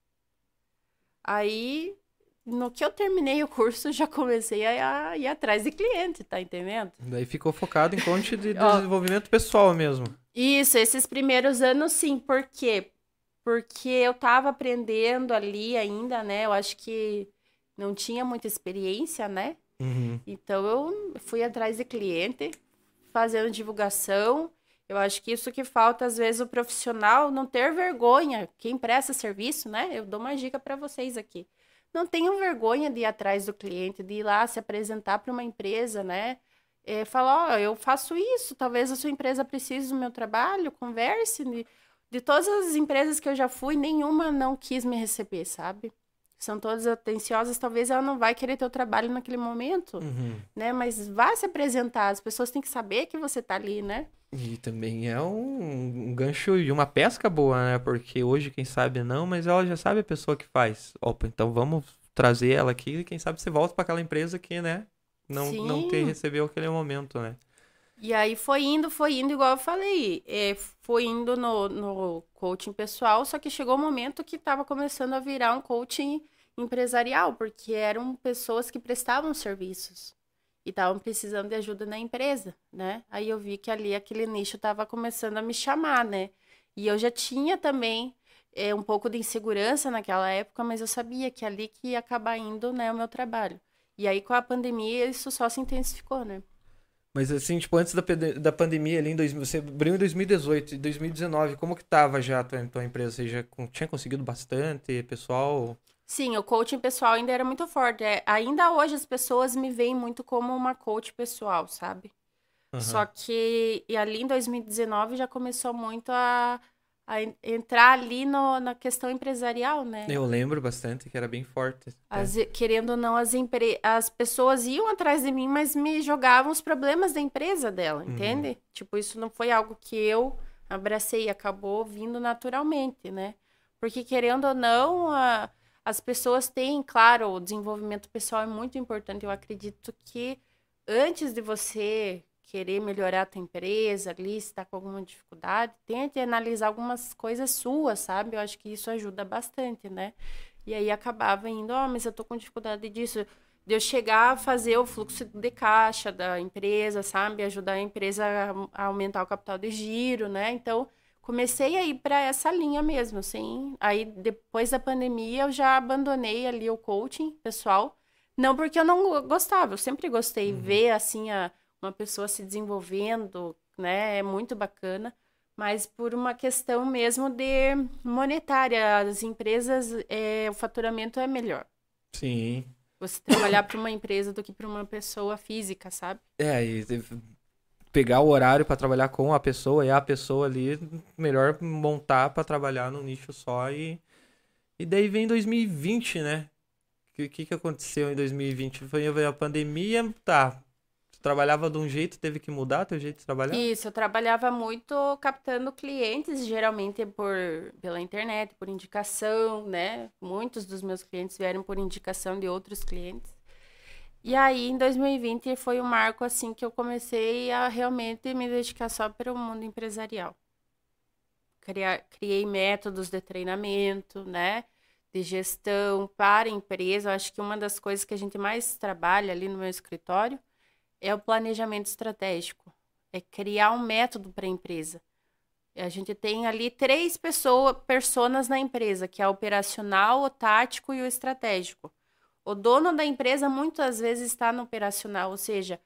Aí, no que eu terminei o curso, já comecei a ir atrás de cliente, tá entendendo? Daí ficou focado em coach de desenvolvimento pessoal mesmo. Isso, esses primeiros anos, sim. Por quê? Porque eu tava aprendendo ali ainda, né? Eu acho que não tinha muita experiência, né? Então, eu fui atrás de cliente, fazendo divulgação. Eu acho que isso que falta, às vezes, o profissional não ter vergonha. Quem presta serviço, né? Eu dou uma dica para vocês aqui. Não tenham vergonha de ir atrás do cliente, de ir lá se apresentar para uma empresa, né? Falar, ó, eu faço isso, talvez a sua empresa precise do meu trabalho, converse. De todas as empresas que eu já fui, nenhuma não quis me receber, sabe? São todas atenciosas, talvez ela não vai querer teu trabalho naquele momento, né? Mas vá se apresentar, as pessoas têm que saber que você tá ali, né? E também é um gancho e uma pesca boa, né? Porque hoje, quem sabe não, mas ela já sabe a pessoa que faz. Opa, então vamos trazer ela aqui e quem sabe você volta para aquela empresa que, né? Não te recebeu aquele momento, né? E aí foi indo, igual eu falei. Foi indo no coaching pessoal, só que chegou um momento que estava começando a virar um coaching empresarial, porque eram pessoas que prestavam serviços e estavam precisando de ajuda na empresa, né? Aí eu vi que ali aquele nicho estava começando a me chamar, né? E eu já tinha também um pouco de insegurança naquela época, mas eu sabia que ali que ia acabar indo, né, o meu trabalho. E aí com a pandemia isso só se intensificou, né? Mas assim, tipo, antes da pandemia ali, você abriu em 2018 e 2019, como que tava já a tua empresa? Você já tinha conseguido bastante, pessoal? Sim, o coaching pessoal ainda era muito forte. Ainda hoje as pessoas me veem muito como uma coach pessoal, sabe? Só que e ali em 2019 já começou muito a entrar ali na questão empresarial, né? Eu lembro bastante que era bem forte. Querendo ou não, as pessoas iam atrás de mim, mas me jogavam os problemas da empresa dela, entende? Tipo, isso não foi algo que eu abracei, acabou vindo naturalmente, né? Porque querendo ou não, as pessoas têm, claro, o desenvolvimento pessoal é muito importante. Eu acredito que antes de você querer melhorar a tua empresa ali, se está com alguma dificuldade, tente analisar algumas coisas suas, sabe? Eu acho que isso ajuda bastante, né? E aí acabava indo, mas eu tô com dificuldade disso. De eu chegar a fazer o fluxo de caixa da empresa, sabe? Ajudar a empresa a aumentar o capital de giro, né? Então, comecei a ir para essa linha mesmo, assim. Aí, depois da pandemia, eu já abandonei ali o coaching pessoal. Não porque eu não gostava, eu sempre gostei. Ver, assim, uma pessoa se desenvolvendo, né? É muito bacana. Mas por uma questão mesmo de monetária. As empresas, o faturamento é melhor. Sim. Você trabalhar para uma empresa do que para uma pessoa física, sabe? E pegar o horário para trabalhar com a pessoa e a pessoa ali, melhor montar para trabalhar num nicho só e daí vem 2020, né? O que aconteceu em 2020? Veio a pandemia, tá. Tu trabalhava de um jeito, teve que mudar teu jeito de trabalhar? Isso, eu trabalhava muito captando clientes, geralmente pela internet, por indicação, né? Muitos dos meus clientes vieram por indicação de outros clientes. E aí, em 2020, foi um marco, assim, que eu comecei a realmente me dedicar só para o mundo empresarial. Criei métodos de treinamento, né? De gestão para a empresa. Eu acho que uma das coisas que a gente mais trabalha ali no meu escritório é o planejamento estratégico. É criar um método para a empresa. A gente tem ali 3 personas na empresa, que é o operacional, o tático e o estratégico. O dono da empresa muitas vezes está no operacional, ou seja,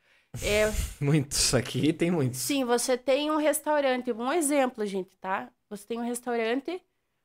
Muitos aqui, tem muitos. sim, você tem um restaurante, um exemplo, gente, tá? Você tem um restaurante,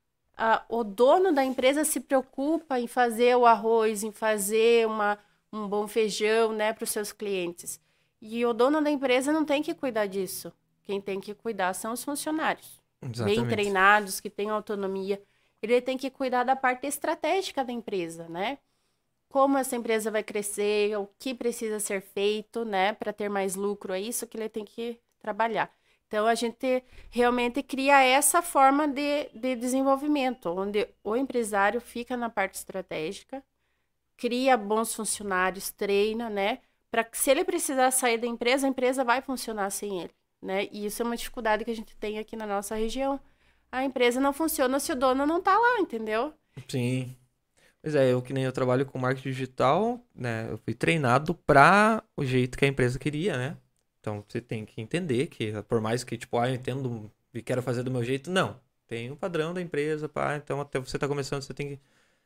o dono da empresa se preocupa em fazer o arroz, em fazer um bom feijão, né, para os seus clientes. E o dono da empresa não tem que cuidar disso. Quem tem que cuidar são os funcionários. Bem Exatamente. treinados, que têm autonomia. Ele tem que cuidar da parte estratégica da empresa, né? Como essa empresa vai crescer, o que precisa ser feito, né, para ter mais lucro, é isso que ele tem que trabalhar. Então, a gente realmente cria essa forma de desenvolvimento, onde o empresário fica na parte estratégica, cria bons funcionários, treina, né, para que se ele precisar sair da empresa, a empresa vai funcionar sem ele, né, e isso é uma dificuldade que a gente tem aqui na nossa região. A empresa não funciona se o dono não tá lá, entendeu? Sim. Pois é, eu que nem eu trabalho com marketing digital, né? Eu fui treinado para o jeito que a empresa queria, né? Então você tem que entender que, por mais que, tipo, eu entendo e quero fazer do meu jeito, não. Tem o padrão da empresa, pá, então até você tá começando, você tem que.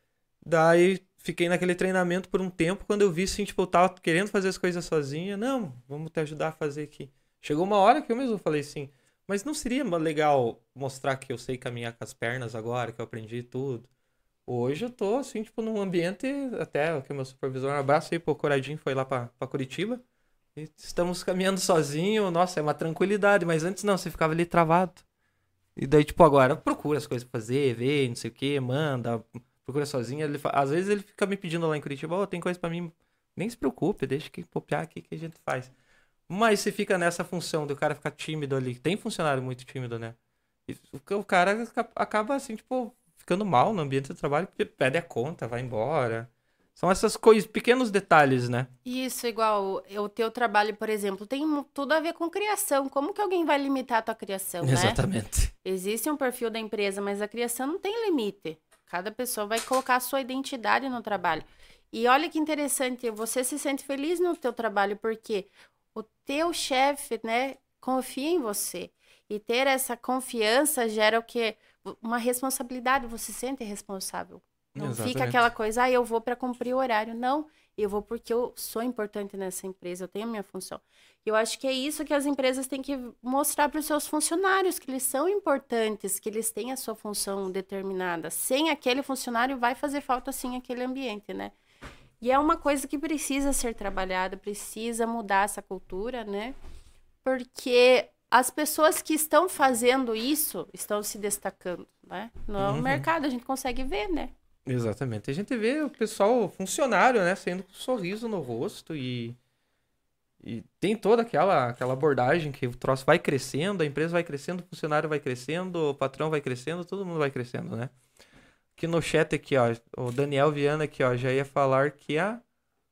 Daí fiquei naquele treinamento por um tempo, quando eu vi, assim, tipo, eu tava querendo fazer as coisas sozinha. Não, vamos te ajudar a fazer aqui. Chegou uma hora que eu mesmo falei assim, mas não seria legal mostrar que eu sei caminhar com as pernas agora, que eu aprendi tudo? Hoje eu tô, assim, tipo, num ambiente, até que o meu supervisor, um abraço aí pro Coradinho, foi lá pra Curitiba. E estamos caminhando sozinho, nossa, é uma tranquilidade, mas antes não, você ficava ali travado. E daí, tipo, agora procura as coisas pra fazer, vê, não sei o que, manda, procura sozinho. Às vezes ele fica me pedindo lá em Curitiba, tem coisa pra mim, nem se preocupe, deixa que copiar aqui que a gente faz. Mas você fica nessa função do cara ficar tímido ali, tem funcionário muito tímido, né? E o cara acaba assim, tipo, ficando mal no ambiente de trabalho, porque pede a conta, vai embora. São essas coisas, pequenos detalhes, né? Isso, igual o teu trabalho, por exemplo, tem tudo a ver com criação. Como que alguém vai limitar a tua criação, né? Exatamente. Existe um perfil da empresa, mas a criação não tem limite. Cada pessoa vai colocar a sua identidade no trabalho. E olha que interessante, você se sente feliz no teu trabalho porque o teu chefe, né, confia em você. E ter essa confiança gera o quê? Uma responsabilidade, você se sente responsável. Não fica Exatamente. aquela coisa, eu vou para cumprir o horário. Não, eu vou porque eu sou importante nessa empresa, eu tenho a minha função. Eu acho que é isso que as empresas têm que mostrar para os seus funcionários, que eles são importantes, que eles têm a sua função determinada. Sem aquele funcionário, vai fazer falta, sim, aquele ambiente, né? E é uma coisa que precisa ser trabalhada, precisa mudar essa cultura, né? Porque as pessoas que estão fazendo isso estão se destacando, né? No mercado a gente consegue ver, né? Exatamente. A gente vê o pessoal, funcionário, né, saindo com um sorriso no rosto e tem toda aquela abordagem que o troço vai crescendo, a empresa vai crescendo, o funcionário vai crescendo, o patrão vai crescendo, todo mundo vai crescendo, né? que no chat aqui, ó, o Daniel Viana aqui, ó, já ia falar que a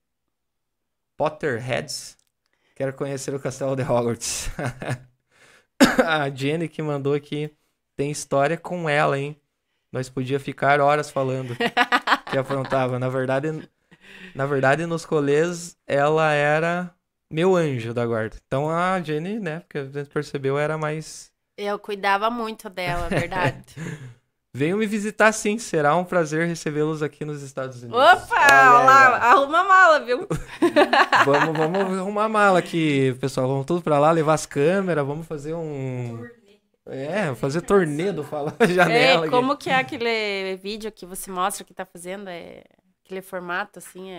Potterheads quer conhecer o Castelo de Hogwarts. A Jenny que mandou aqui, tem história com ela, hein? Nós podia ficar horas falando que aprontava. Na verdade, nos rolês, ela era meu anjo da guarda. Então a Jenny, né, porque a gente percebeu, era mais... Eu cuidava muito dela, verdade. Venham me visitar sim, será um prazer recebê-los aqui nos Estados Unidos. Opa, olha lá, arruma a mala, viu? Vamos arrumar a mala aqui, pessoal. Vamos tudo pra lá, levar as câmeras, vamos fazer um... fazer torneio do Fala Janela. É, como que é aquele vídeo que você mostra que tá fazendo? Aquele formato, assim,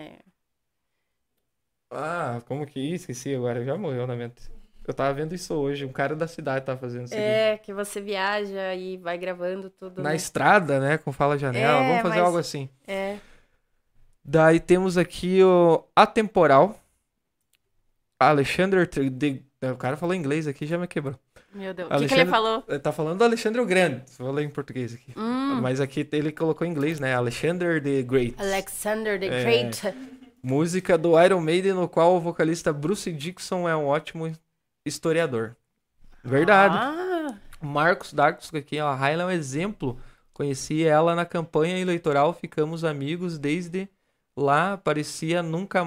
Ah, como que isso? Esqueci agora, já morreu na mente. Eu tava vendo isso hoje, um cara da cidade tava fazendo isso aqui. que você viaja e vai gravando tudo, Na né? estrada, né, com Fala Janela, vamos fazer mas- algo assim. É. Daí temos aqui o Atemporal. Alexandre... O cara falou inglês aqui, já me quebrou. Meu Deus. O que ele falou? Ele tá falando do Alexandre o Grande. Vou ler em português aqui. Mas aqui ele colocou em inglês, né? Alexander the Great. Alexander the Great. Música do Iron Maiden, no qual o vocalista Bruce Dickinson é um ótimo historiador. Verdade. Ah, Marcos Darkus aqui, ó. A Hayla é um exemplo. Conheci ela na campanha eleitoral, ficamos amigos desde lá. Parceria nunca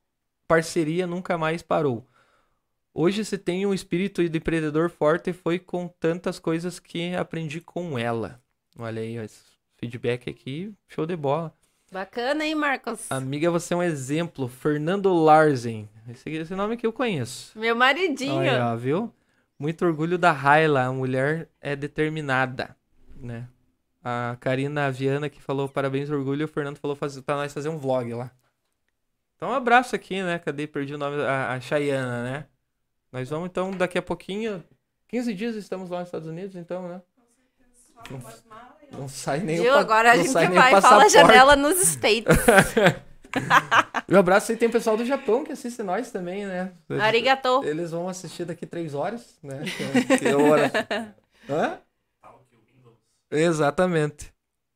mais parou. Hoje você tem um espírito de empreendedor forte e foi com tantas coisas que aprendi com ela. Olha aí, ó, esse feedback aqui, show de bola. bacana, hein, Marcos? Amiga, você é um exemplo. Fernando Larsen. Esse nome aqui eu conheço. Meu maridinho. Olha, ó, viu? Muito orgulho da Hayla. A mulher é determinada, né? A Karina Viana que falou parabéns, orgulho. O Fernando falou pra nós fazer um vlog lá. Então, um abraço aqui, né? Cadê? Perdi o nome. A Chayana, né? Nós vamos, então, daqui a pouquinho... 15 dias estamos lá nos Estados Unidos, então, né? Não sai nem Viu? Agora a gente vai nem o Fala passaporte. Janela nos States. Um abraço aí, tem o pessoal do Japão que assiste nós também, né? Arigatou. Eles vão assistir daqui 3 horas, né? Que é hora. Hã? Exatamente.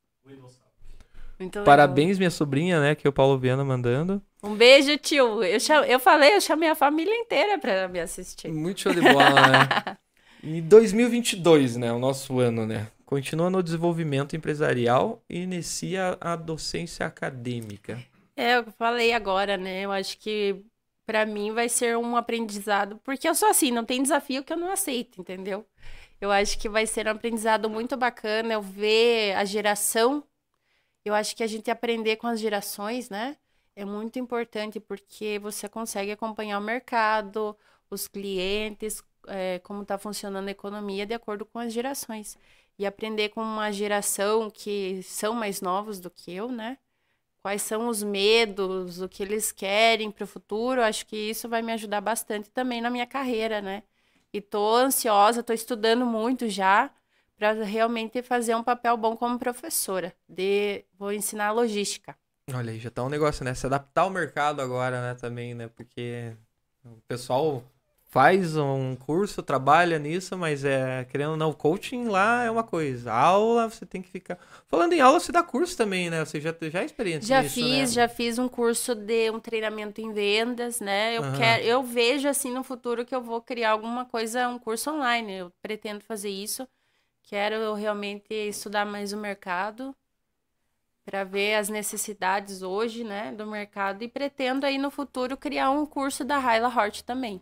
Muito legal. Parabéns, minha sobrinha, né? Que é o Paulo Viana mandando. Um beijo, tio. Eu chamei a família inteira pra me assistir. Muito show de bola, né? E 2022, né? O nosso ano, né? Continua no desenvolvimento empresarial e inicia a docência acadêmica. É, eu falei agora, né? Eu acho que pra mim vai ser um aprendizado, porque eu sou assim, não tem desafio que eu não aceito, entendeu? Eu acho que vai ser um aprendizado muito bacana eu ver a geração. Eu acho que a gente aprender com as gerações, né? É muito importante porque você consegue acompanhar o mercado, os clientes, como está funcionando a economia de acordo com as gerações. E aprender com uma geração que são mais novos do que eu, né? Quais são os medos, o que eles querem para o futuro. Acho que isso vai me ajudar bastante também na minha carreira, né? E tô ansiosa, tô estudando muito já para realmente fazer um papel bom como professora. Vou ensinar logística. Olha aí, já tá um negócio, né? Se adaptar ao mercado agora, né? Também, né? Porque o pessoal faz um curso, trabalha nisso, mas querendo ou não, o coaching lá é uma coisa. A aula, você tem que ficar... Falando em aula, você dá curso também, né? Você já é experiente nisso, né? Já fiz um curso de um treinamento em vendas, né? Eu vejo, assim, no futuro que eu vou criar alguma coisa, um curso online. Eu pretendo fazer isso. Quero realmente estudar mais o mercado para ver as necessidades hoje, né, do mercado e pretendo aí no futuro criar um curso da Hayla Hort também.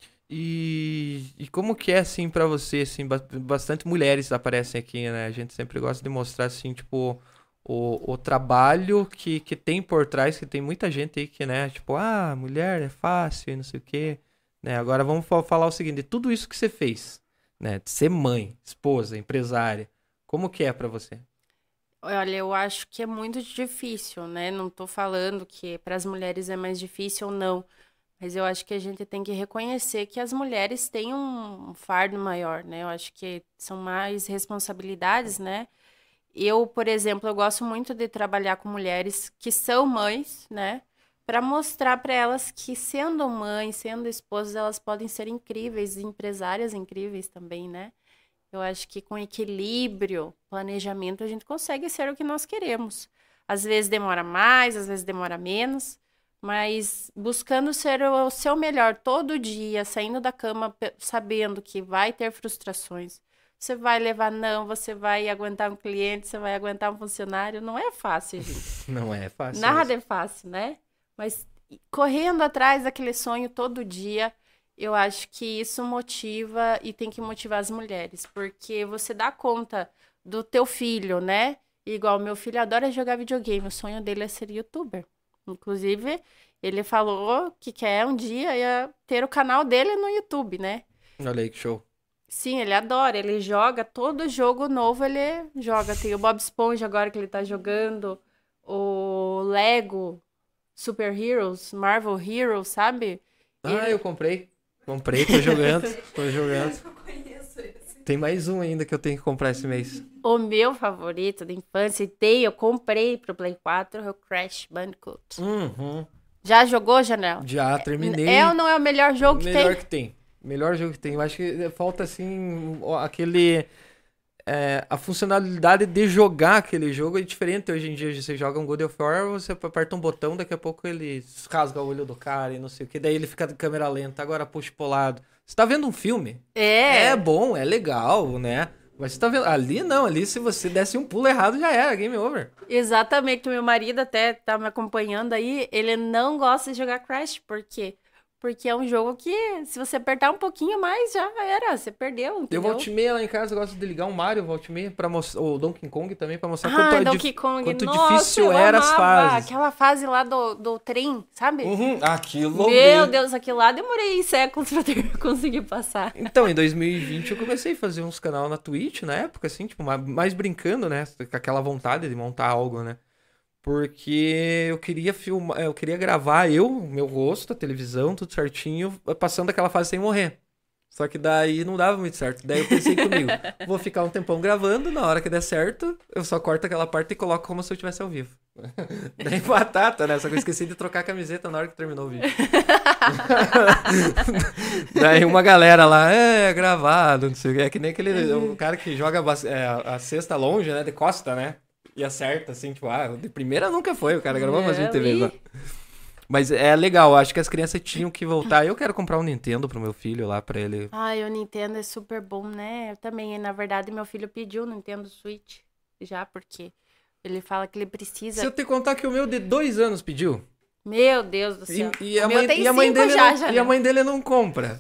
E como que é, assim, pra você, assim, bastante mulheres aparecem aqui, né? A gente sempre gosta de mostrar, assim, tipo, o trabalho que tem por trás, que tem muita gente aí que, né, tipo, mulher é fácil e não sei o quê, né? Agora vamos falar o seguinte, de tudo isso que você fez, né, de ser mãe, esposa, empresária, como que é pra você? Olha, eu acho que é muito difícil, né? Não tô falando que para as mulheres é mais difícil ou não, mas eu acho que a gente tem que reconhecer que as mulheres têm um fardo maior, né? Eu acho que são mais responsabilidades, né? Eu, por exemplo, eu gosto muito de trabalhar com mulheres que são mães, né? Para mostrar para elas que sendo mães, sendo esposas, elas podem ser incríveis, empresárias incríveis também, né? Eu acho que com equilíbrio, planejamento, a gente consegue ser o que nós queremos. Às vezes demora mais, às vezes demora menos, mas buscando ser o seu melhor todo dia, saindo da cama sabendo que vai ter frustrações. Você vai levar não, você vai aguentar um cliente, você vai aguentar um funcionário. Não é fácil, gente. Não é fácil. Nada é fácil, né? Mas correndo atrás daquele sonho todo dia, eu acho que isso motiva e tem que motivar as mulheres. Porque você dá conta do teu filho, né? Igual meu filho adora jogar videogame. O sonho dele é ser youtuber. Inclusive, ele falou que quer um dia ter o canal dele no YouTube, né? Olha aí que show. Sim, ele adora, ele joga, todo jogo novo ele joga. Tem o Bob Esponja agora que ele tá jogando, o Lego Super Heroes, Marvel Heroes, sabe? Eu comprei, tô jogando, Eu conheço esse. Tem mais um ainda que eu tenho que comprar esse mês. O meu favorito da infância, eu comprei pro Play 4, é o Crash Bandicoot. Uhum. Já jogou, Janela? Já terminei. É ou não é o melhor jogo que Melhor tem? que tem. Melhor jogo que tem. Eu acho que falta, assim, aquele... a funcionalidade de jogar aquele jogo é diferente hoje em dia. Você joga um God of War, você aperta um botão, daqui a pouco ele rasga o olho do cara e não sei o que. Daí ele fica de câmera lenta, agora puxa pro lado. Você tá vendo um filme? É bom, é legal, né? Mas você tá vendo... Ali não, ali se você desse um pulo errado já era, game over. Exatamente, o meu marido até tá me acompanhando aí, ele não gosta de jogar Crash, por quê? Porque é um jogo que, se você apertar um pouquinho mais, já era, você perdeu, entendeu? Eu volta e meia lá em casa, eu gosto de ligar um Mario, volta e meia, pra mostrar, o Donkey Kong também, pra mostrar Donkey Kong. quanto Nossa, difícil eu era as amava fases. aquela fase lá do trem, sabe? Aquilo Meu Deus, aquilo lá demorei séculos pra conseguir passar. Então, em 2020 eu comecei a fazer uns canal na Twitch, na época, assim, tipo, mais brincando, né? Com aquela vontade de montar algo, né? Porque eu queria filmar, eu queria gravar meu rosto, a televisão, tudo certinho, passando aquela fase sem morrer. Só que daí não dava muito certo. Daí eu pensei comigo, vou ficar um tempão gravando, na hora que der certo, eu só corto aquela parte e coloco como se eu estivesse ao vivo. Daí batata, né? Só que eu esqueci de trocar a camiseta na hora que terminou o vídeo. Daí uma galera lá, gravado, não sei o que. É que nem aquele o cara que joga a cesta longe, né? De costa, né? E acerta, assim, tipo, de primeira nunca foi, o cara gravou mais 20 vezes lá. Mas é legal, acho que as crianças tinham que voltar. Eu quero comprar um Nintendo pro meu filho lá, pra ele. Ai, o Nintendo é super bom, né? Eu também, na verdade, meu filho pediu o Nintendo Switch já, porque ele fala que ele precisa. Se eu te contar que o meu de 2 anos pediu. Meu Deus do céu. E a mãe dele não compra.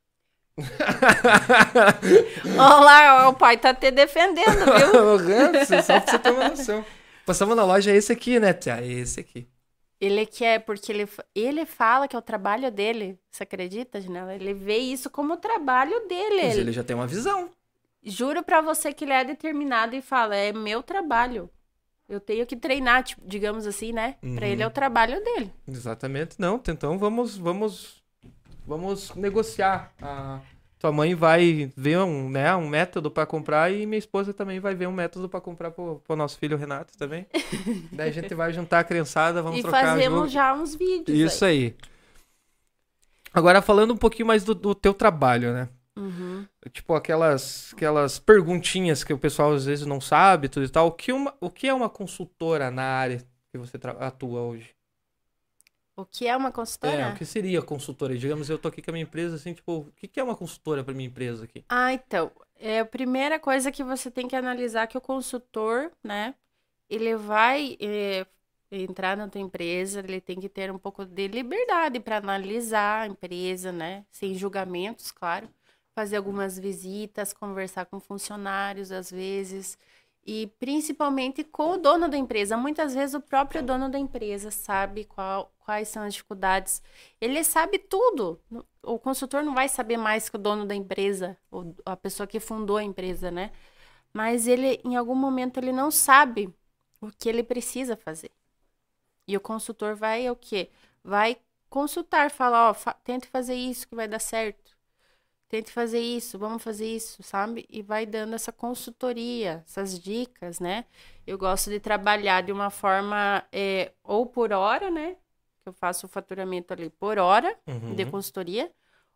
Olha lá, o pai tá te defendendo, viu? Só pra você ter uma noção. Passamos na loja, esse aqui, né, tia? Esse aqui. Ele quer, porque ele fala que é o trabalho dele. Você acredita, Janela? Ele vê isso como o trabalho dele. Mas ele já tem uma visão. Juro pra você que ele é determinado e fala, é meu trabalho. Eu tenho que treinar, tipo, digamos assim, né? Pra ele é o trabalho dele. Exatamente. Não, então vamos negociar. Tua mãe vai ver um método pra comprar e minha esposa também vai ver um método pra comprar pro nosso filho Renato também. Daí a gente vai juntar a criançada, vamos trocar e fazemos já uns vídeos. Isso aí. Agora falando um pouquinho mais do teu trabalho, né? Uhum. Tipo aquelas perguntinhas que o pessoal às vezes não sabe, tudo e tal. O que é uma consultora na área que você atua hoje? O que é uma consultora? O que seria consultora? Digamos, eu tô aqui com a minha empresa, assim, tipo, o que é uma consultora pra minha empresa aqui? Então, a primeira coisa que você tem que analisar é que o consultor, né, ele vai entrar na tua empresa, ele tem que ter um pouco de liberdade para analisar a empresa, né, sem julgamentos, claro, fazer algumas visitas, conversar com funcionários, às vezes, e principalmente com o dono da empresa. Muitas vezes o próprio dono da empresa sabe quais são as dificuldades. Ele sabe tudo. O consultor não vai saber mais que o dono da empresa, ou a pessoa que fundou a empresa, né? Mas ele, em algum momento, ele não sabe o que ele precisa fazer. E o consultor vai o quê? Vai consultar, falar, tente fazer isso que vai dar certo. Tente fazer isso, vamos fazer isso, sabe? E vai dando essa consultoria, essas dicas, né? Eu gosto de trabalhar de uma forma, ou por hora, né? Eu faço o faturamento ali por hora de consultoria,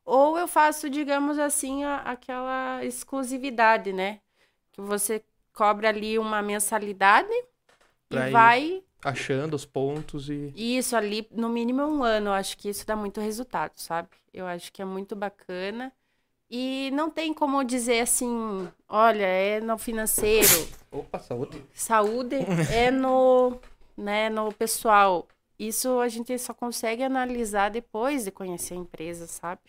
ou eu faço, digamos assim, aquela exclusividade, né? Que você cobra ali uma mensalidade e Pra ir vai achando os pontos e... isso ali, no mínimo 1 ano. Eu acho que isso dá muito resultado, sabe? Eu acho que é muito bacana. E não tem como dizer assim, olha, é no financeiro, Opa, saúde. saúde é no, né, no pessoal. Isso a gente só consegue analisar depois de conhecer a empresa, sabe?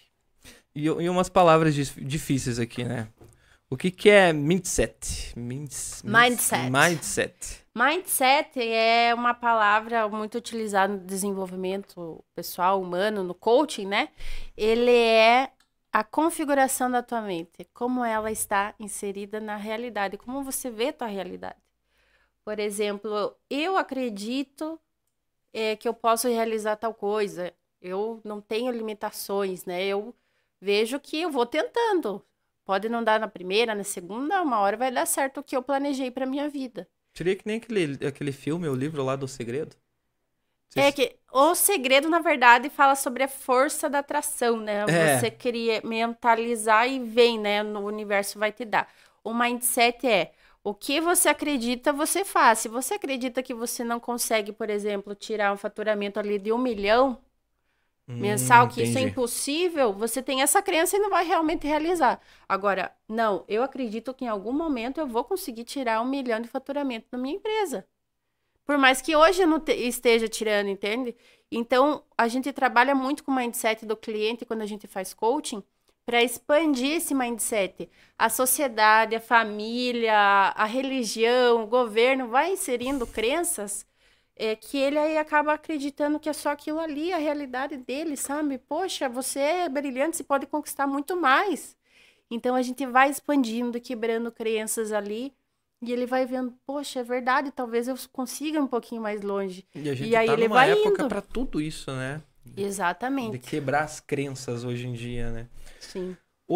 E umas palavras difíceis aqui, né? O que que é mindset? Mindset. Mindset. Mindset é uma palavra muito utilizada no desenvolvimento pessoal, humano, no coaching, né? Ele é a configuração da tua mente, como ela está inserida na realidade, como você vê a tua realidade. Por exemplo, eu acredito que eu posso realizar tal coisa, eu não tenho limitações, né? Eu vejo que eu vou tentando. Pode não dar na primeira, na segunda, uma hora vai dar certo o que eu planejei para minha vida. Seria que nem aquele filme, o livro lá do Segredo. É que o segredo, na verdade, fala sobre a força da atração, né? É. Você queria mentalizar e vem, né? No universo vai te dar. O mindset é o que você acredita, você faz. Se você acredita que você não consegue, por exemplo, tirar um faturamento ali de 1 milhão mensal, que isso é Entendi. impossível, você tem essa crença e não vai realmente realizar. Agora, não, eu acredito que em algum momento eu vou conseguir tirar 1 milhão de faturamento da minha empresa. Por mais que hoje eu não esteja tirando, entende? Então, a gente trabalha muito com o mindset do cliente quando a gente faz coaching, para expandir esse mindset. A sociedade, a família, a religião, o governo vai inserindo crenças que ele aí acaba acreditando que é só aquilo ali, a realidade dele, sabe? Poxa, você é brilhante, você pode conquistar muito mais. Então, a gente vai expandindo, quebrando crenças ali. E ele vai vendo, poxa, é verdade, talvez eu consiga um pouquinho mais longe. E a E gente aí tá ele numa vai época indo. pra tudo isso, né? De Exatamente. quebrar as crenças hoje em dia, né? Sim.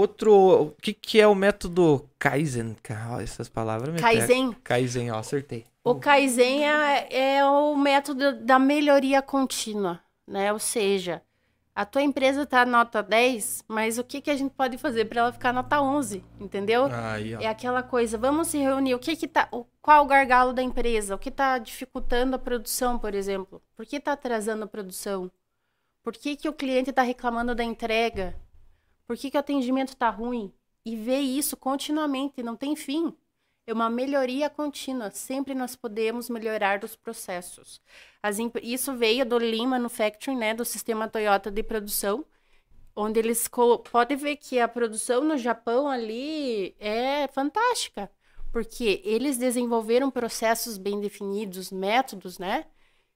O que que é o método Kaizen? Cara, essas palavras me pegam. Kaizen. Kaizen, ó, acertei. O Kaizen é o método da melhoria contínua, né? Ou seja, a tua empresa tá nota 10, mas o que que a gente pode fazer para ela ficar nota 11, entendeu? Aí, ó. É aquela coisa, vamos se reunir, qual o gargalo da empresa? O que tá dificultando a produção, por exemplo? Por que tá atrasando a produção? Por que que o cliente tá reclamando da entrega? Por que que o atendimento tá ruim? E ver isso continuamente, não tem fim. É uma melhoria contínua. Sempre nós podemos melhorar os processos. Isso veio do Lean Manufacturing, né, do sistema Toyota de produção, onde eles podem ver que a produção no Japão ali é fantástica, porque eles desenvolveram processos bem definidos, métodos, né,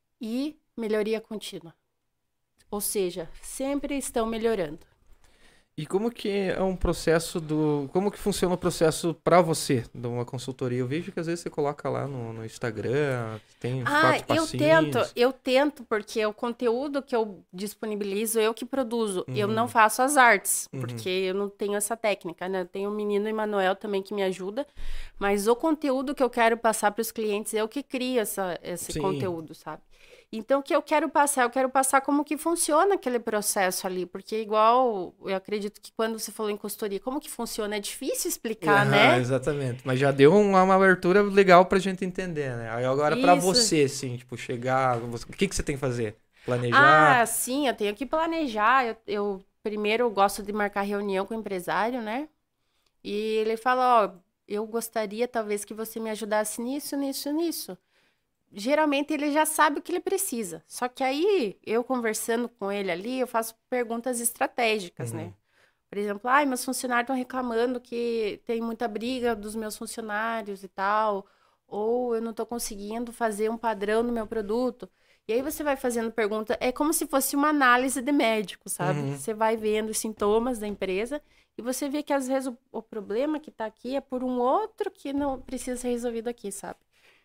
e melhoria contínua. Ou seja, sempre estão melhorando. E como que é um processo como que funciona o processo pra você de uma consultoria? Eu vejo que às vezes você coloca lá no Instagram, tem quatro passinhos. Eu tento, porque o conteúdo que eu disponibilizo, eu que produzo. Eu não Uhum. faço as artes, Uhum. porque eu não tenho essa técnica, né? Eu tenho o menino Emanuel também que me ajuda, mas o conteúdo que eu quero passar para os clientes, eu que crio esse Sim. conteúdo, sabe? Então, o que eu quero passar? Eu quero passar como que funciona aquele processo ali, porque igual, eu acredito que quando você falou em consultoria, como que funciona? É difícil explicar, né? Exatamente. Mas já deu uma abertura legal pra gente entender, né? Aí agora pra Isso. você, assim, tipo, chegar, o que que você tem que fazer? Ah, Planejar? sim, eu tenho que planejar. Eu primeiro gosto de marcar reunião com o empresário, né? E ele fala, ó, eu gostaria talvez que você me ajudasse nisso, nisso, nisso. Geralmente ele já sabe o que ele precisa. Só que aí, eu conversando com ele ali, eu faço perguntas estratégicas, né? Uhum. Por exemplo, ai, meus funcionários estão reclamando que tem muita briga dos meus funcionários e tal, ou eu não estou conseguindo fazer um padrão no meu produto. E aí você vai fazendo pergunta, é como se fosse uma análise de médico, sabe? Uhum. Você vai vendo os sintomas da empresa e você vê que às vezes o problema que está aqui é por um outro que não precisa ser resolvido aqui, sabe?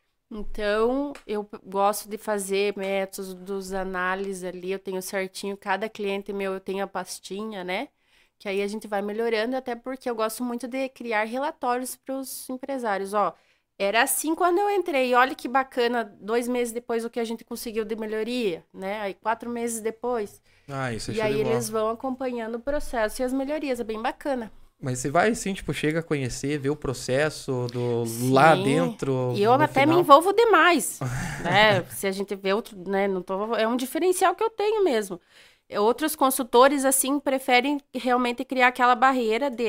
Então, eu gosto de fazer métodos, análises ali, eu tenho certinho, cada cliente meu eu tenho a pastinha, né? Que aí a gente vai melhorando, até porque eu gosto muito de criar relatórios para os empresários. Ó, Era assim quando eu entrei. Olha que bacana, 2 meses depois o que a gente conseguiu de melhoria, né? Aí 4 meses depois. Ah, isso é E show de aí bola. eles vão acompanhando o processo e as melhorias, é bem bacana. Mas você vai assim, tipo, chega a conhecer, ver o processo do lá Sim, dentro, e eu no até me final. envolvo demais, né? Se a gente vê outro, né? Não tô, é um diferencial que eu tenho mesmo. Outros consultores, assim, preferem realmente criar aquela barreira de,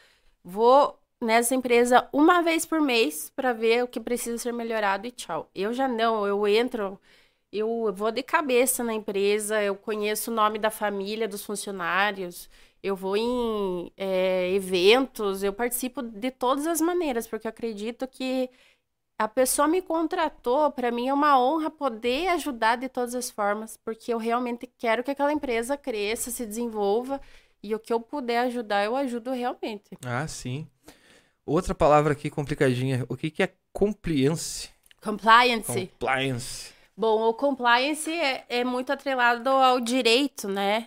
vou nessa empresa uma vez por mês para ver o que precisa ser melhorado e tchau. Eu já não, eu entro, eu vou de cabeça na empresa, eu conheço o nome da família dos funcionários, eu vou em eventos, eu participo de todas as maneiras, porque eu acredito que a pessoa me contratou, para mim é uma honra poder ajudar de todas as formas, porque eu realmente quero que aquela empresa cresça, se desenvolva, e o que eu puder ajudar, eu ajudo realmente. Ah, sim. Outra palavra aqui complicadinha. O que que é compliance? Compliance. Compliance. Bom, o compliance é muito atrelado ao direito, né?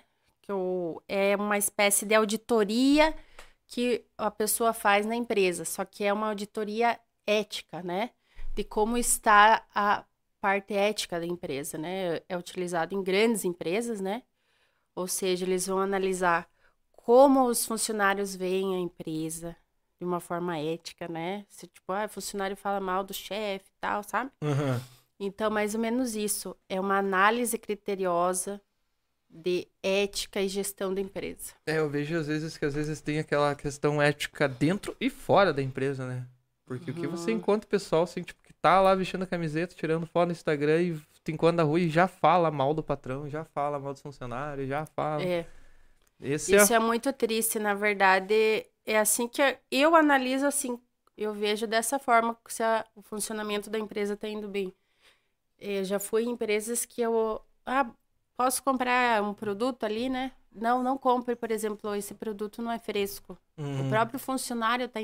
É uma espécie de auditoria que a pessoa faz na empresa, só que é uma auditoria ética, né? De como está a parte ética da empresa, né? É utilizado em grandes empresas, né? Ou seja, eles vão analisar como os funcionários veem a empresa de uma forma ética, né? Se, tipo, o funcionário fala mal do chefe e tal, sabe? Aham. Então, mais ou menos isso. É uma análise criteriosa de ética e gestão da empresa. É, eu vejo às vezes tem aquela questão ética dentro e fora da empresa, né? Porque o que você Uhum. encontra o pessoal, assim, tipo, que tá lá vestindo a camiseta, tirando foto no Instagram e te encontra na rua e já fala mal do patrão, já fala mal dos funcionários, já fala. É, Esse é. isso é muito triste, na verdade. É assim que eu analiso assim, eu vejo dessa forma se o funcionamento da empresa está indo bem. Eu já fui em empresas que posso comprar um produto ali, né? Não, não compre, por exemplo, esse produto não é fresco. O Hum. próprio funcionário está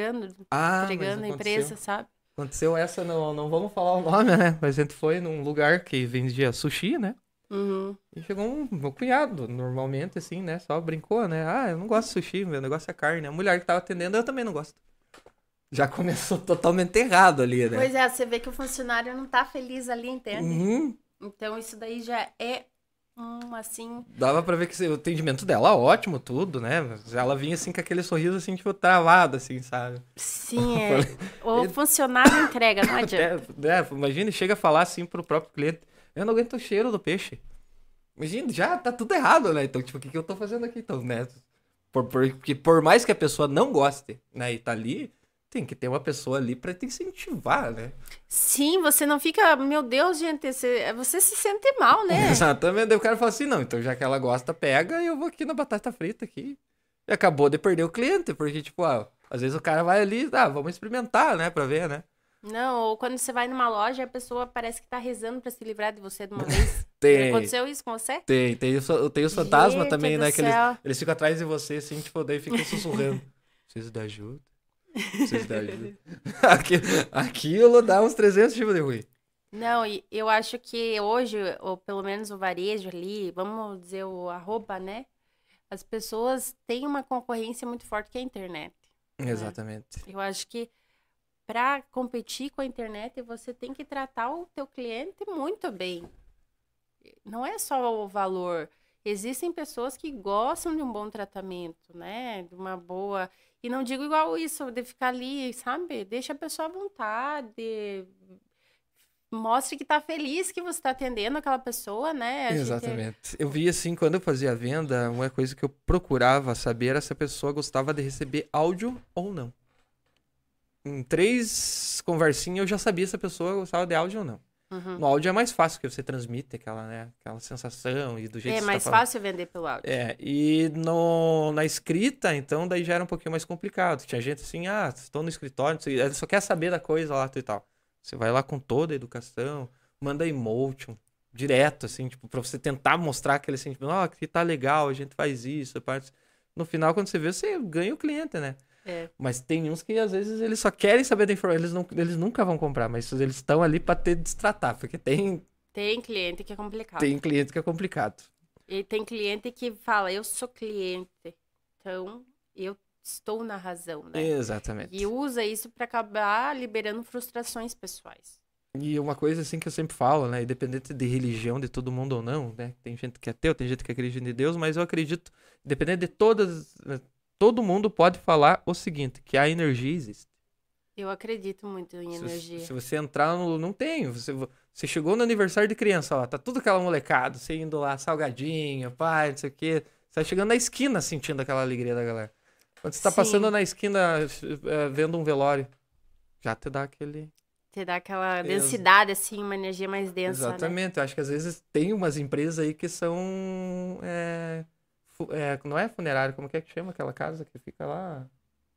Ah, mas entregando a aconteceu. empresa, sabe? Aconteceu essa, não, não vamos falar o nome, né? Mas a gente foi num lugar que vendia sushi, né? Uhum. E chegou meu cunhado, normalmente, assim, né? Só brincou, né? Ah, eu não gosto de sushi, meu negócio é carne. A mulher que tava atendendo, eu também não gosto. Já começou totalmente errado ali, né? Pois é, você vê que o funcionário não tá feliz ali, entende? Uhum. Então isso daí já é assim. Dava pra ver que o atendimento dela, ótimo, tudo, né? Mas ela vinha assim com aquele sorriso assim, tipo, travado, assim, sabe? Sim, Eu falei, o funcionário entrega, não adianta. imagina, chega a falar assim pro próprio cliente, eu não aguento o cheiro do peixe. Imagina, já tá tudo errado, né? Então, tipo, o que que eu tô fazendo aqui, então, né? Porque por mais que a pessoa não goste, né, e tá ali, tem que ter uma pessoa ali pra te incentivar, né? Sim, você não fica, meu Deus, gente, você se sente mal, né? Exatamente. Daí o cara fala assim, não, então já que ela gosta, pega e eu vou aqui na batata frita aqui. E acabou de perder o cliente, porque, tipo, às vezes o cara vai ali, vamos experimentar, né, pra ver, né? Não, ou quando você vai numa loja, a pessoa parece que tá rezando pra se livrar de você de uma vez. Já Tem, aconteceu isso com você? tem os fantasmas Gente também, do né, que eles, céu. eles ficam atrás de você, assim, tipo, daí ficam sussurrando. Preciso de ajuda, preciso de ajuda. Aquilo dá uns 300 tipos de ruim. Não, e eu acho que hoje, ou pelo menos o varejo ali, vamos dizer o arroba, né? As pessoas têm uma concorrência muito forte que é a internet, né? Exatamente. Eu acho que para competir com a internet, você tem que tratar o teu cliente muito bem. Não é só o valor. Existem pessoas que gostam de um bom tratamento, né? De uma boa. E não digo igual isso, de ficar ali, sabe? Deixa a pessoa à vontade. Mostre que tá feliz que você tá atendendo aquela pessoa, né? A gente. Exatamente. Eu vi assim, quando eu fazia a venda, uma coisa que eu procurava saber era se a pessoa gostava de receber áudio ou não. Em 3 conversinhas eu já sabia se a pessoa gostava de áudio ou não. Uhum. No áudio é mais fácil, que você transmite aquela, né, aquela sensação e do jeito É que você tá mais falando. fácil vender pelo áudio. E na escrita, então, daí já era um pouquinho mais complicado. Tinha gente assim, estou no escritório, ele só quer saber da coisa lá e tal. Você vai lá com toda a educação, manda emotion, direto, assim, tipo, pra você tentar mostrar aquele sentimento, aqui tá legal, a gente faz isso. No final, quando você vê, você ganha o cliente, né? É. Mas tem uns que às vezes eles só querem saber da informação, eles nunca vão comprar, mas eles estão ali pra te destratar, porque Tem cliente que é complicado. tem cliente que é complicado. E tem cliente que fala, eu sou cliente. Então, estou na razão, né? Exatamente. E usa isso para acabar liberando frustrações pessoais. E uma coisa assim que eu sempre falo, né? Independente de religião de todo mundo ou não, né? Tem gente que é ateu, tem gente que acredita em Deus, mas eu acredito, independente de todas, todo mundo pode falar o seguinte, que a energia existe. Eu acredito muito em energia. Se você entrar no... Não tem. Você chegou no aniversário de criança, ó, tá tudo aquela molecada, você indo lá, salgadinho, pai, não sei o quê. Você tá chegando na esquina sentindo aquela alegria da galera. Quando você tá passando na esquina vendo um velório, já te dá aquele... Te dá aquela densidade, assim, uma energia mais densa, Exatamente. Né? Eu acho que às vezes tem umas empresas aí que são... não é funerário, como que chama aquela casa que fica lá?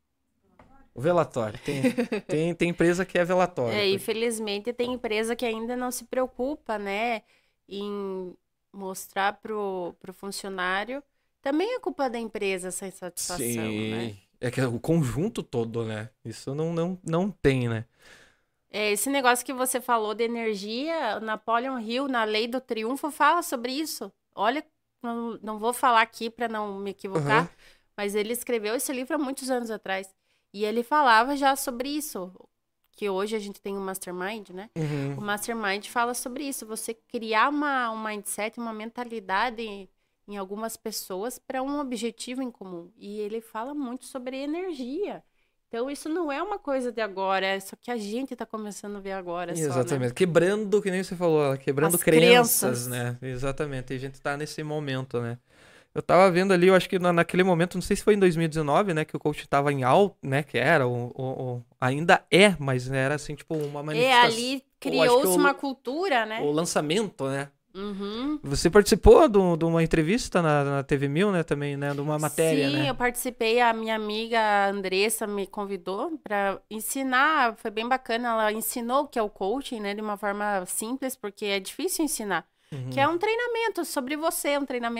O velatório. Tem empresa que é velatório. Infelizmente tem empresa que ainda não se preocupa, né, em mostrar pro funcionário. Também é culpa da empresa essa insatisfação, Sim. né? É que é o conjunto todo, né? Isso não tem, né? Esse negócio que você falou de energia, Napoleon Hill, na Lei do Triunfo, fala sobre isso. Olha, não vou falar aqui para não me equivocar, mas ele escreveu esse livro há muitos anos atrás. E ele falava já sobre isso, que hoje a gente tem um Mastermind, né? O Mastermind fala sobre isso, você criar um mindset, uma mentalidade em algumas pessoas para um objetivo em comum. E ele fala muito sobre energia. Então, isso não é uma coisa de agora, é só que a gente tá começando a ver agora. Exatamente. Só, né? Quebrando, que nem você falou, quebrando crenças, né? Exatamente. E a gente tá nesse momento, né? Eu tava vendo ali, eu acho que naquele momento, não sei se foi em 2019, né? Que o coach tava em alta, né? Que era, ainda é, mas era assim, tipo, uma manifestação. Ali criou-se uma cultura, né? O lançamento, né? Você participou de uma entrevista na TV 1000, né, também, né, de uma matéria, Sim, né? eu participei, a minha amiga Andressa me convidou para ensinar, foi bem bacana, ela ensinou o que é o coaching, né, de uma forma simples, porque é difícil ensinar, que é um treinamento sobre você,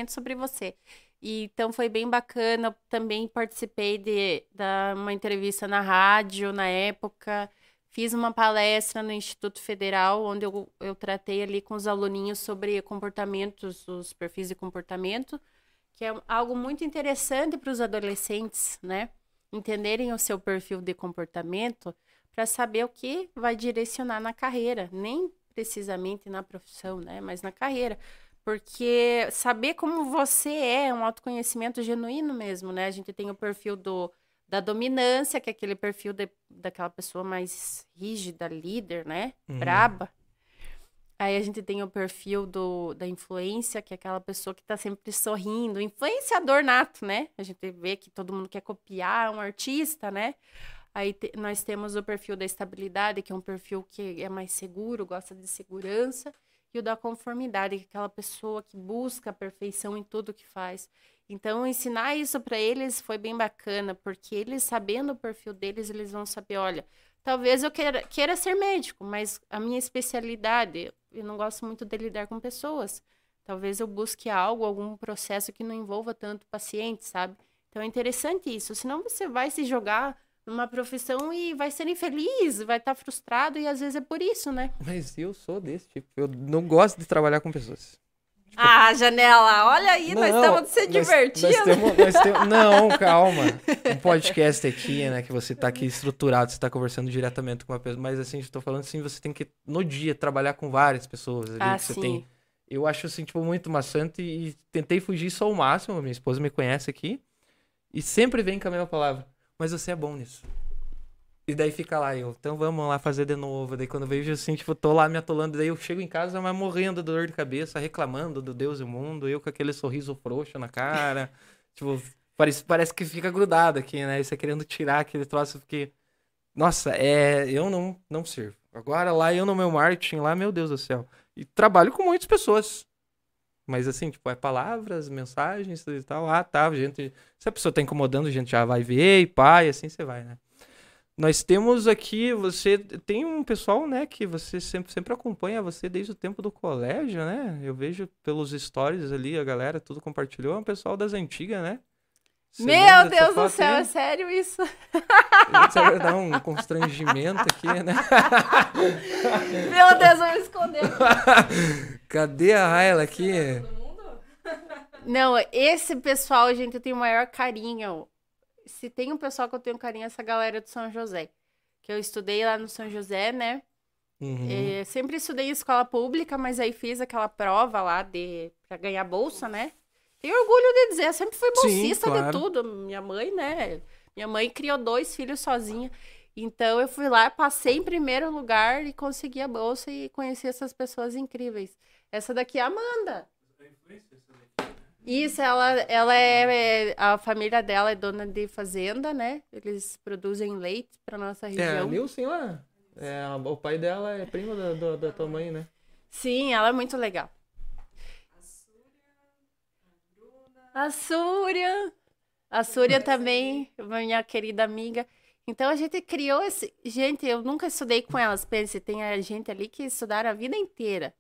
E, então foi bem bacana, eu também participei de uma entrevista na rádio na época. Fiz uma palestra no Instituto Federal, onde eu tratei ali com os aluninhos sobre comportamentos, os perfis de comportamento, que é algo muito interessante para os adolescentes, né? Entenderem o seu perfil de comportamento para saber o que vai direcionar na carreira, nem precisamente na profissão, né? Mas na carreira. Porque saber como você é um autoconhecimento genuíno mesmo, né? A gente tem o perfil da dominância, que é aquele perfil daquela pessoa mais rígida, líder, né? Braba. Aí a gente tem o perfil da influência, que é aquela pessoa que tá sempre sorrindo. Influenciador nato, né? A gente vê que todo mundo quer copiar um artista, né? Aí nós temos o perfil da estabilidade, que é um perfil que é mais seguro, gosta de segurança. E o da conformidade, que é aquela pessoa que busca a perfeição em tudo que faz. Então, ensinar isso para eles foi bem bacana, porque eles, sabendo o perfil deles, eles vão saber, olha, talvez eu queira ser médico, mas a minha especialidade, eu não gosto muito de lidar com pessoas. Talvez eu busque algum processo que não envolva tanto paciente, sabe? Então, é interessante isso. Senão você vai se jogar numa profissão e vai ser infeliz, vai estar frustrado, e às vezes é por isso, né? Mas eu sou desse tipo. Eu não gosto de trabalhar com pessoas. Tipo... Ah, Janela, olha aí, nós estamos se divertindo. Não, calma. Um podcast aqui, né, que você tá aqui estruturado, você tá conversando diretamente com uma pessoa, mas assim, estou falando assim, você tem que, no dia, trabalhar com várias pessoas. Ali, que você tem. Eu acho, assim, tipo, muito maçante e tentei fugir isso ao máximo, minha esposa me conhece aqui, e sempre vem com a mesma palavra, mas você é bom nisso. E daí fica lá, então vamos lá fazer de novo. Daí quando eu vejo assim, tipo, tô lá me atolando, daí eu chego em casa, mas morrendo de dor de cabeça, reclamando do Deus e o mundo, eu com aquele sorriso frouxo na cara. Tipo, parece que fica grudado aqui, né? E você querendo tirar aquele troço, porque... Nossa, eu não sirvo. Agora lá eu no meu marketing, lá, meu Deus do céu. E trabalho com muitas pessoas. Mas assim, tipo, palavras, mensagens e tal. Ah, tá, gente... Se a pessoa tá incomodando, a gente já vai ver, e pá, e assim você vai, né? Nós temos aqui, você tem um pessoal, né, que você sempre acompanha você desde o tempo do colégio, né? Eu vejo pelos stories ali, a galera tudo compartilhou, é um pessoal das antigas, né? Meu Deus do céu, é sério isso? Você vai dar um constrangimento aqui, né? Meu Deus, vou me esconder. Cadê a Raila aqui? Não, esse pessoal, gente, eu tenho o maior carinho. se tem um pessoal que eu tenho carinho, é essa galera do São José. Que eu estudei lá no São José, né? Sempre estudei em escola pública, mas aí fiz aquela prova lá pra ganhar bolsa, né? Tenho orgulho de dizer, eu sempre fui bolsista. Sim, claro. De tudo. Minha mãe, né? Minha mãe criou 2 filhos sozinha. Então, eu fui lá, passei em primeiro lugar e consegui a bolsa e conheci essas pessoas incríveis. Essa daqui é a Amanda. Isso, ela a família dela é dona de fazenda, né? Eles produzem leite para nossa região. É a Nilson lá? O pai dela é primo da tua mãe, né? Sim, ela é muito legal. A Súria também, minha querida amiga. Então, a gente criou esse... Gente, eu nunca estudei com elas. Pense, tem a gente ali que estudaram a vida inteira.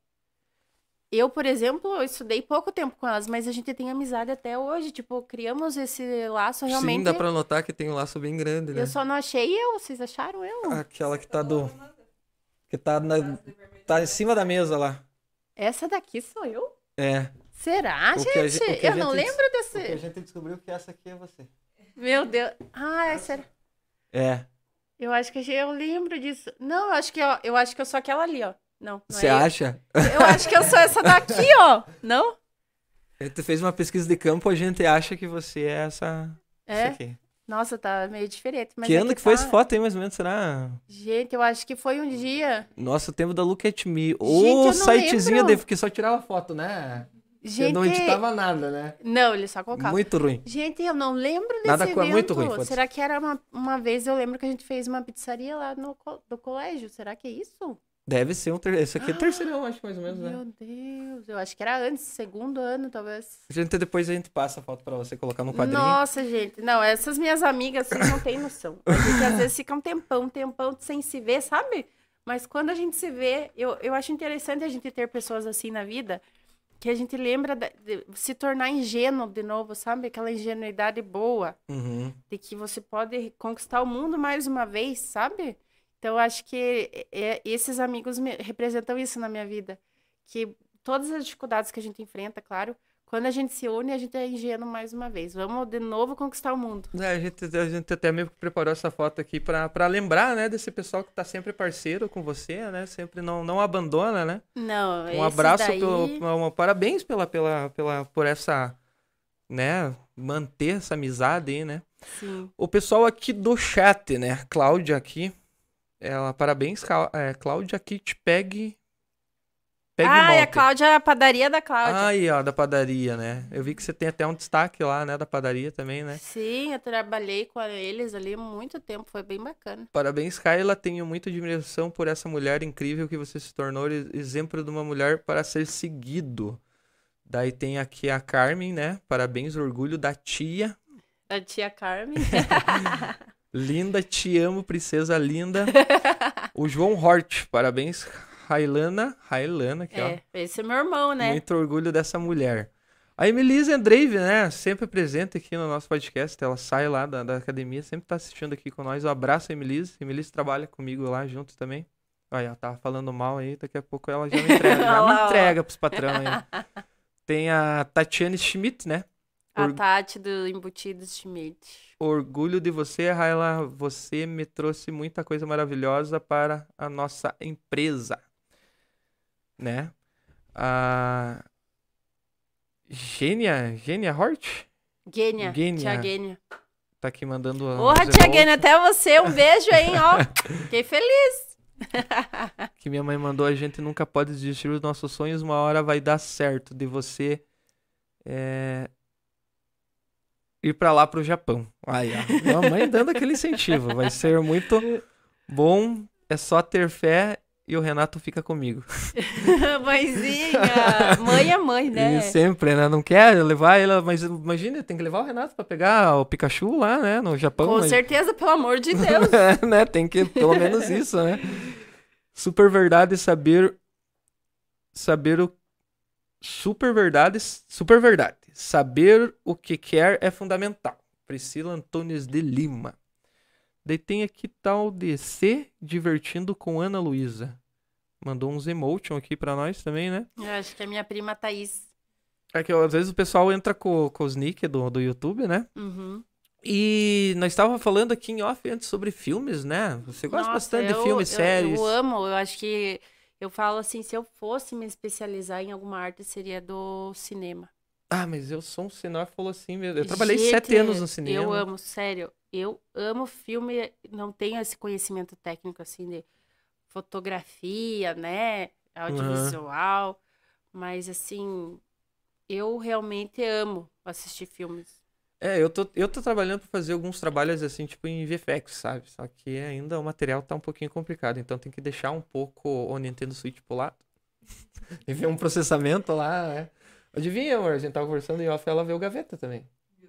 Eu, por exemplo, eu estudei pouco tempo com elas, mas a gente tem amizade até hoje. Tipo, criamos esse laço realmente... Sim, dá pra notar que tem um laço bem grande, né? Eu só não achei vocês acharam eu? Aquela que tá que tá em cima da mesa lá. Essa daqui sou eu? É. Será, gente? Eu não lembro desse... Porque a gente descobriu que essa aqui é você. Meu Deus. Será? É. Eu acho que eu lembro disso. Não, eu acho que eu sou aquela ali, ó. Não. Você acha? Eu acho que eu sou essa daqui, ó. Não? Tu fez uma pesquisa de campo, a gente acha que você é essa aqui. Nossa, tá meio diferente. Mas que ano que foi essa foto aí, mais ou menos, será? Gente, eu acho que foi um dia... Nossa, o tempo da Look at Me. O sitezinho dele, porque só tirava foto, né? Gente... Não editava nada, né? Não, ele só colocava. Muito ruim. Gente, eu não lembro desse nada evento. Muito ruim. Será que era uma vez, eu lembro que a gente fez uma pizzaria lá do colégio. Será que é isso? Deve ser esse aqui é terceirão, acho, mais ou menos, né? Meu Deus, eu acho que era antes, segundo ano, talvez. Depois a gente passa a foto pra você colocar no quadrinho. Nossa, gente, não, essas minhas amigas, vocês não têm noção. A gente às vezes fica um tempão sem se ver, sabe? Mas quando a gente se vê, eu acho interessante a gente ter pessoas assim na vida, que a gente lembra de se tornar ingênuo de novo, sabe? Aquela ingenuidade boa, de que você pode conquistar o mundo mais uma vez, sabe? Então, eu acho que esses amigos representam isso na minha vida. Que todas as dificuldades que a gente enfrenta, claro, quando a gente se une, a gente é ingênuo mais uma vez. Vamos de novo conquistar o mundo. A gente até mesmo preparou essa foto aqui para lembrar, né, desse pessoal que tá sempre parceiro com você, né? Sempre não abandona, né? Não, um abraço, parabéns por essa, né, manter essa amizade aí, né? Sim. O pessoal aqui do chat, né? Cláudia aqui. Ela, parabéns, Cláudia, que te pegue é a Cláudia, a padaria da Cláudia. Aí, ó, da padaria, né? Eu vi que você tem até um destaque lá, né, da padaria também, né? Sim, eu trabalhei com eles ali há muito tempo, foi bem bacana. Parabéns, Kayla, tenho muita admiração por essa mulher incrível que você se tornou, exemplo de uma mulher para ser seguido. Daí tem aqui a Carmen, né? Parabéns, orgulho da tia. Da tia Carmen. Linda, te amo, princesa linda. O João Hort, parabéns, Railana aqui, ó. Esse é meu irmão, né? Muito orgulho dessa mulher. A Emilise Andreive, né, sempre presente aqui no nosso podcast, ela sai lá da academia, sempre tá assistindo aqui com nós. Um abraço, Emilise. Emilise trabalha comigo lá junto também. Olha, ela tava falando mal aí, daqui a pouco ela já me entrega, pros patrão aí. Tem a Tatiane Schmidt, né? A Tati do Embutidos Schmidt. Orgulho de você, Raila. Você me trouxe muita coisa maravilhosa para a nossa empresa. Né? A Gênia Hort? Gênia. Tia Gênia. Tá aqui mandando... Porra, tia Gênia, até você. Um beijo, hein, ó. Fiquei feliz. Que minha mãe mandou, a gente nunca pode desistir dos nossos sonhos, uma hora vai dar certo de você ir pra lá pro Japão. Aí, ó. A mãe dando aquele incentivo. Vai ser muito bom, é só ter fé e o Renato fica comigo. Mãezinha! Mãe é mãe, né? E sempre, né? Não quer levar ela, mas imagina, tem que levar o Renato pra pegar o Pikachu lá, né? No Japão. Com certeza, pelo amor de Deus. Né? Tem que, pelo menos isso, né? Super verdade, saber o... Super verdade. Saber o que quer é fundamental. Priscila Antunes de Lima. Daí tem aqui tal de se divertindo com Ana Luísa. Mandou uns emotion aqui pra nós também, né? Eu acho que é minha prima Thaís. É que às vezes o pessoal entra com os nick do YouTube, né? Uhum. E nós estávamos falando aqui em off antes sobre filmes, né? Você gosta bastante de filmes, séries. Eu amo, eu acho que eu falo assim, se eu fosse me especializar em alguma arte, seria do cinema. Ah, mas eu sou um cinéfilo assim mesmo. Eu trabalhei Gente, 7 anos no cinema. Eu amo, sério. Eu amo filme, não tenho esse conhecimento técnico assim de fotografia, né? Audiovisual, mas assim, eu realmente amo assistir filmes. Eu tô trabalhando pra fazer alguns trabalhos assim, tipo em VFX, sabe? Só que ainda o material tá um pouquinho complicado, então tem que deixar um pouco o Nintendo Switch pro lado e ver um processamento lá, né? Adivinha, amor? A gente tava conversando e off ela veio o Gaveta também.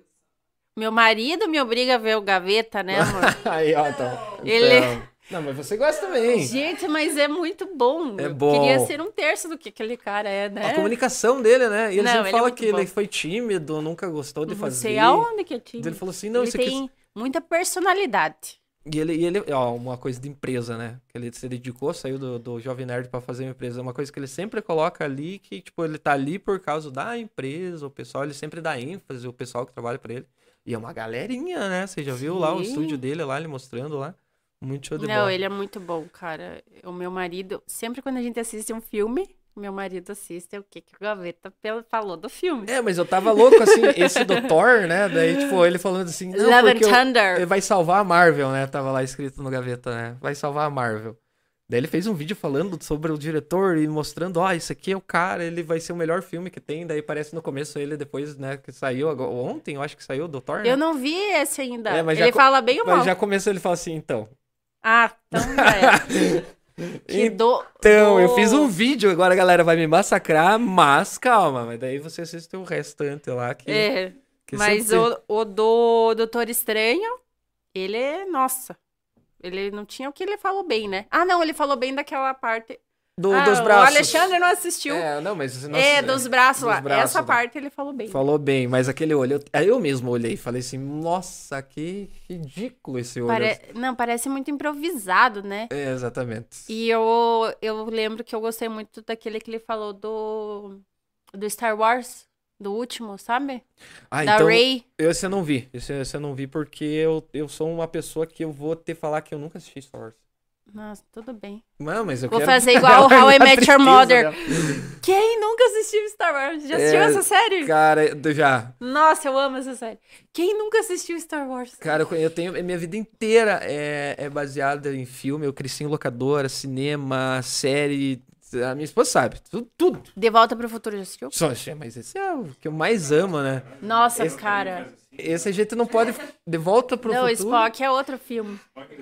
Meu marido me obriga a ver o Gaveta, né, amor? Aí, ó, então. Ele... Não, mas você gosta também. Gente, mas é muito bom. É Eu bom. queria ser um terço do que aquele cara é, né? A comunicação dele, né? E ele Não, sempre ele é fala muito que ele bom. foi tímido, nunca gostou de Não fazer. sei aonde que eu tinha. Ele falou assim, não, Ele isso aqui... tem muita personalidade. E ele, ó, uma coisa de empresa, né? Que ele se dedicou, saiu do Jovem Nerd pra fazer uma empresa. Uma coisa que ele sempre coloca ali, que, tipo, ele tá ali por causa da empresa, o pessoal, ele sempre dá ênfase, o pessoal que trabalha pra ele. E é uma galerinha, né? Você já viu lá o Sim. estúdio dele, lá, ele mostrando lá. Muito show de Não, bola. ele é muito bom, cara. O meu marido, sempre quando a gente assiste um filme, meu marido assiste o que o Gaveta falou do filme. É, mas eu tava louco, assim, esse do Thor, né? Daí, tipo, ele falando assim, não, Love and porque Thunder. ele vai salvar a Marvel, né? Tava lá escrito no gaveta, né? Vai salvar a Marvel. Daí ele fez um vídeo falando sobre o diretor e mostrando, ó, esse aqui é o cara, ele vai ser o melhor filme que tem. Daí parece no começo ele depois, né, que saiu ontem, eu acho que saiu do Thor, né? Eu não vi esse ainda. É, mas Ele fala bem ou mal? Mas já começou, ele fala assim, então... Ah, então já é. Então, eu fiz um vídeo, agora a galera vai me massacrar, mas calma, mas daí você assiste o restante lá que... É, que mas sempre- o do Doutor Estranho, ele é... Nossa, ele não tinha o que ele falou bem, né? Ah, não, ele falou bem daquela parte... dos o braços. Alexandre não assistiu. Não, mas... Dos braços lá. dos braços, Essa né? parte ele falou bem. Falou bem, mas aquele olho, eu mesmo olhei e falei assim, nossa, que ridículo esse olho. Não, parece muito improvisado, né? É, exatamente. E eu lembro que eu gostei muito daquele que ele falou do Star Wars, do último, sabe? Ah, Da então, Rey. esse eu não vi. Esse eu não vi porque eu sou uma pessoa que eu vou te falar que eu nunca assisti Star Wars. Nossa, tudo bem. Não, mas eu Vou quero... fazer igual How I A Met Your tristeza Mother. dela. Quem nunca assistiu Star Wars? Já assistiu essa série? Cara, já. Nossa, eu amo essa série. Quem nunca assistiu Star Wars? Cara, eu tenho... Minha vida inteira é baseada em filme. Eu cresci em locadora, cinema, série... A minha esposa sabe. Tudo. De Volta pro Futuro, já assistiu? Só, mas esse é o que eu mais amo, né? Nossa, cara. Esse a gente não pode... De volta pro Não, futuro... Spock é outro filme.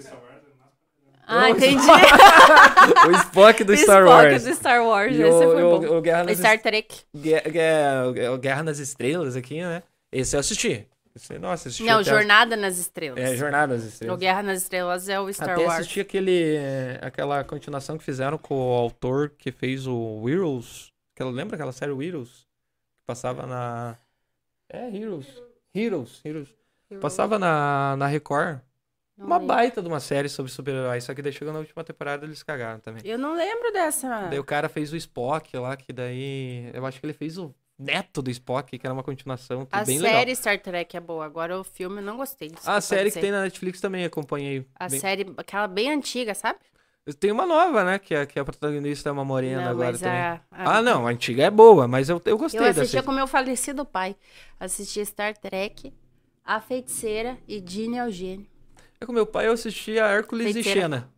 Ah, entendi. O Spock do Star Wars. Spock do Star Wars, E esse foi bom. o Guerra nas Star Trek. Guerra nas Estrelas aqui, né? Esse eu assisti. Nossa, assisti Não, até Jornada nas Estrelas. Jornada nas O Estrelas. Guerra nas Estrelas é o Star Até Wars. assisti aquela continuação que fizeram com o autor que fez o Heroes. Lembra aquela série Heroes? Que passava na... Heroes. Passava na Record. Não Uma lembro. baita de uma série sobre super-heróis. Só que daí chegou na última temporada eles cagaram também. Eu não lembro dessa. Daí o cara fez o Spock lá, que daí... Eu acho que ele fez o neto do Spock, que era uma continuação A bem série legal. Star Trek é boa. Agora o filme eu não gostei. A série que tem na Netflix também acompanhei. A série, aquela bem antiga, sabe? Tem uma nova, né? Que a protagonista é uma morena Não, agora mas também. Ah, não, a antiga é boa, mas eu gostei Eu dessa. assistia com meu falecido pai. Assistia Star Trek, A Feiticeira e Ginny Eugênio. Com meu pai eu assistia Hércules Feiticeira. e Xena.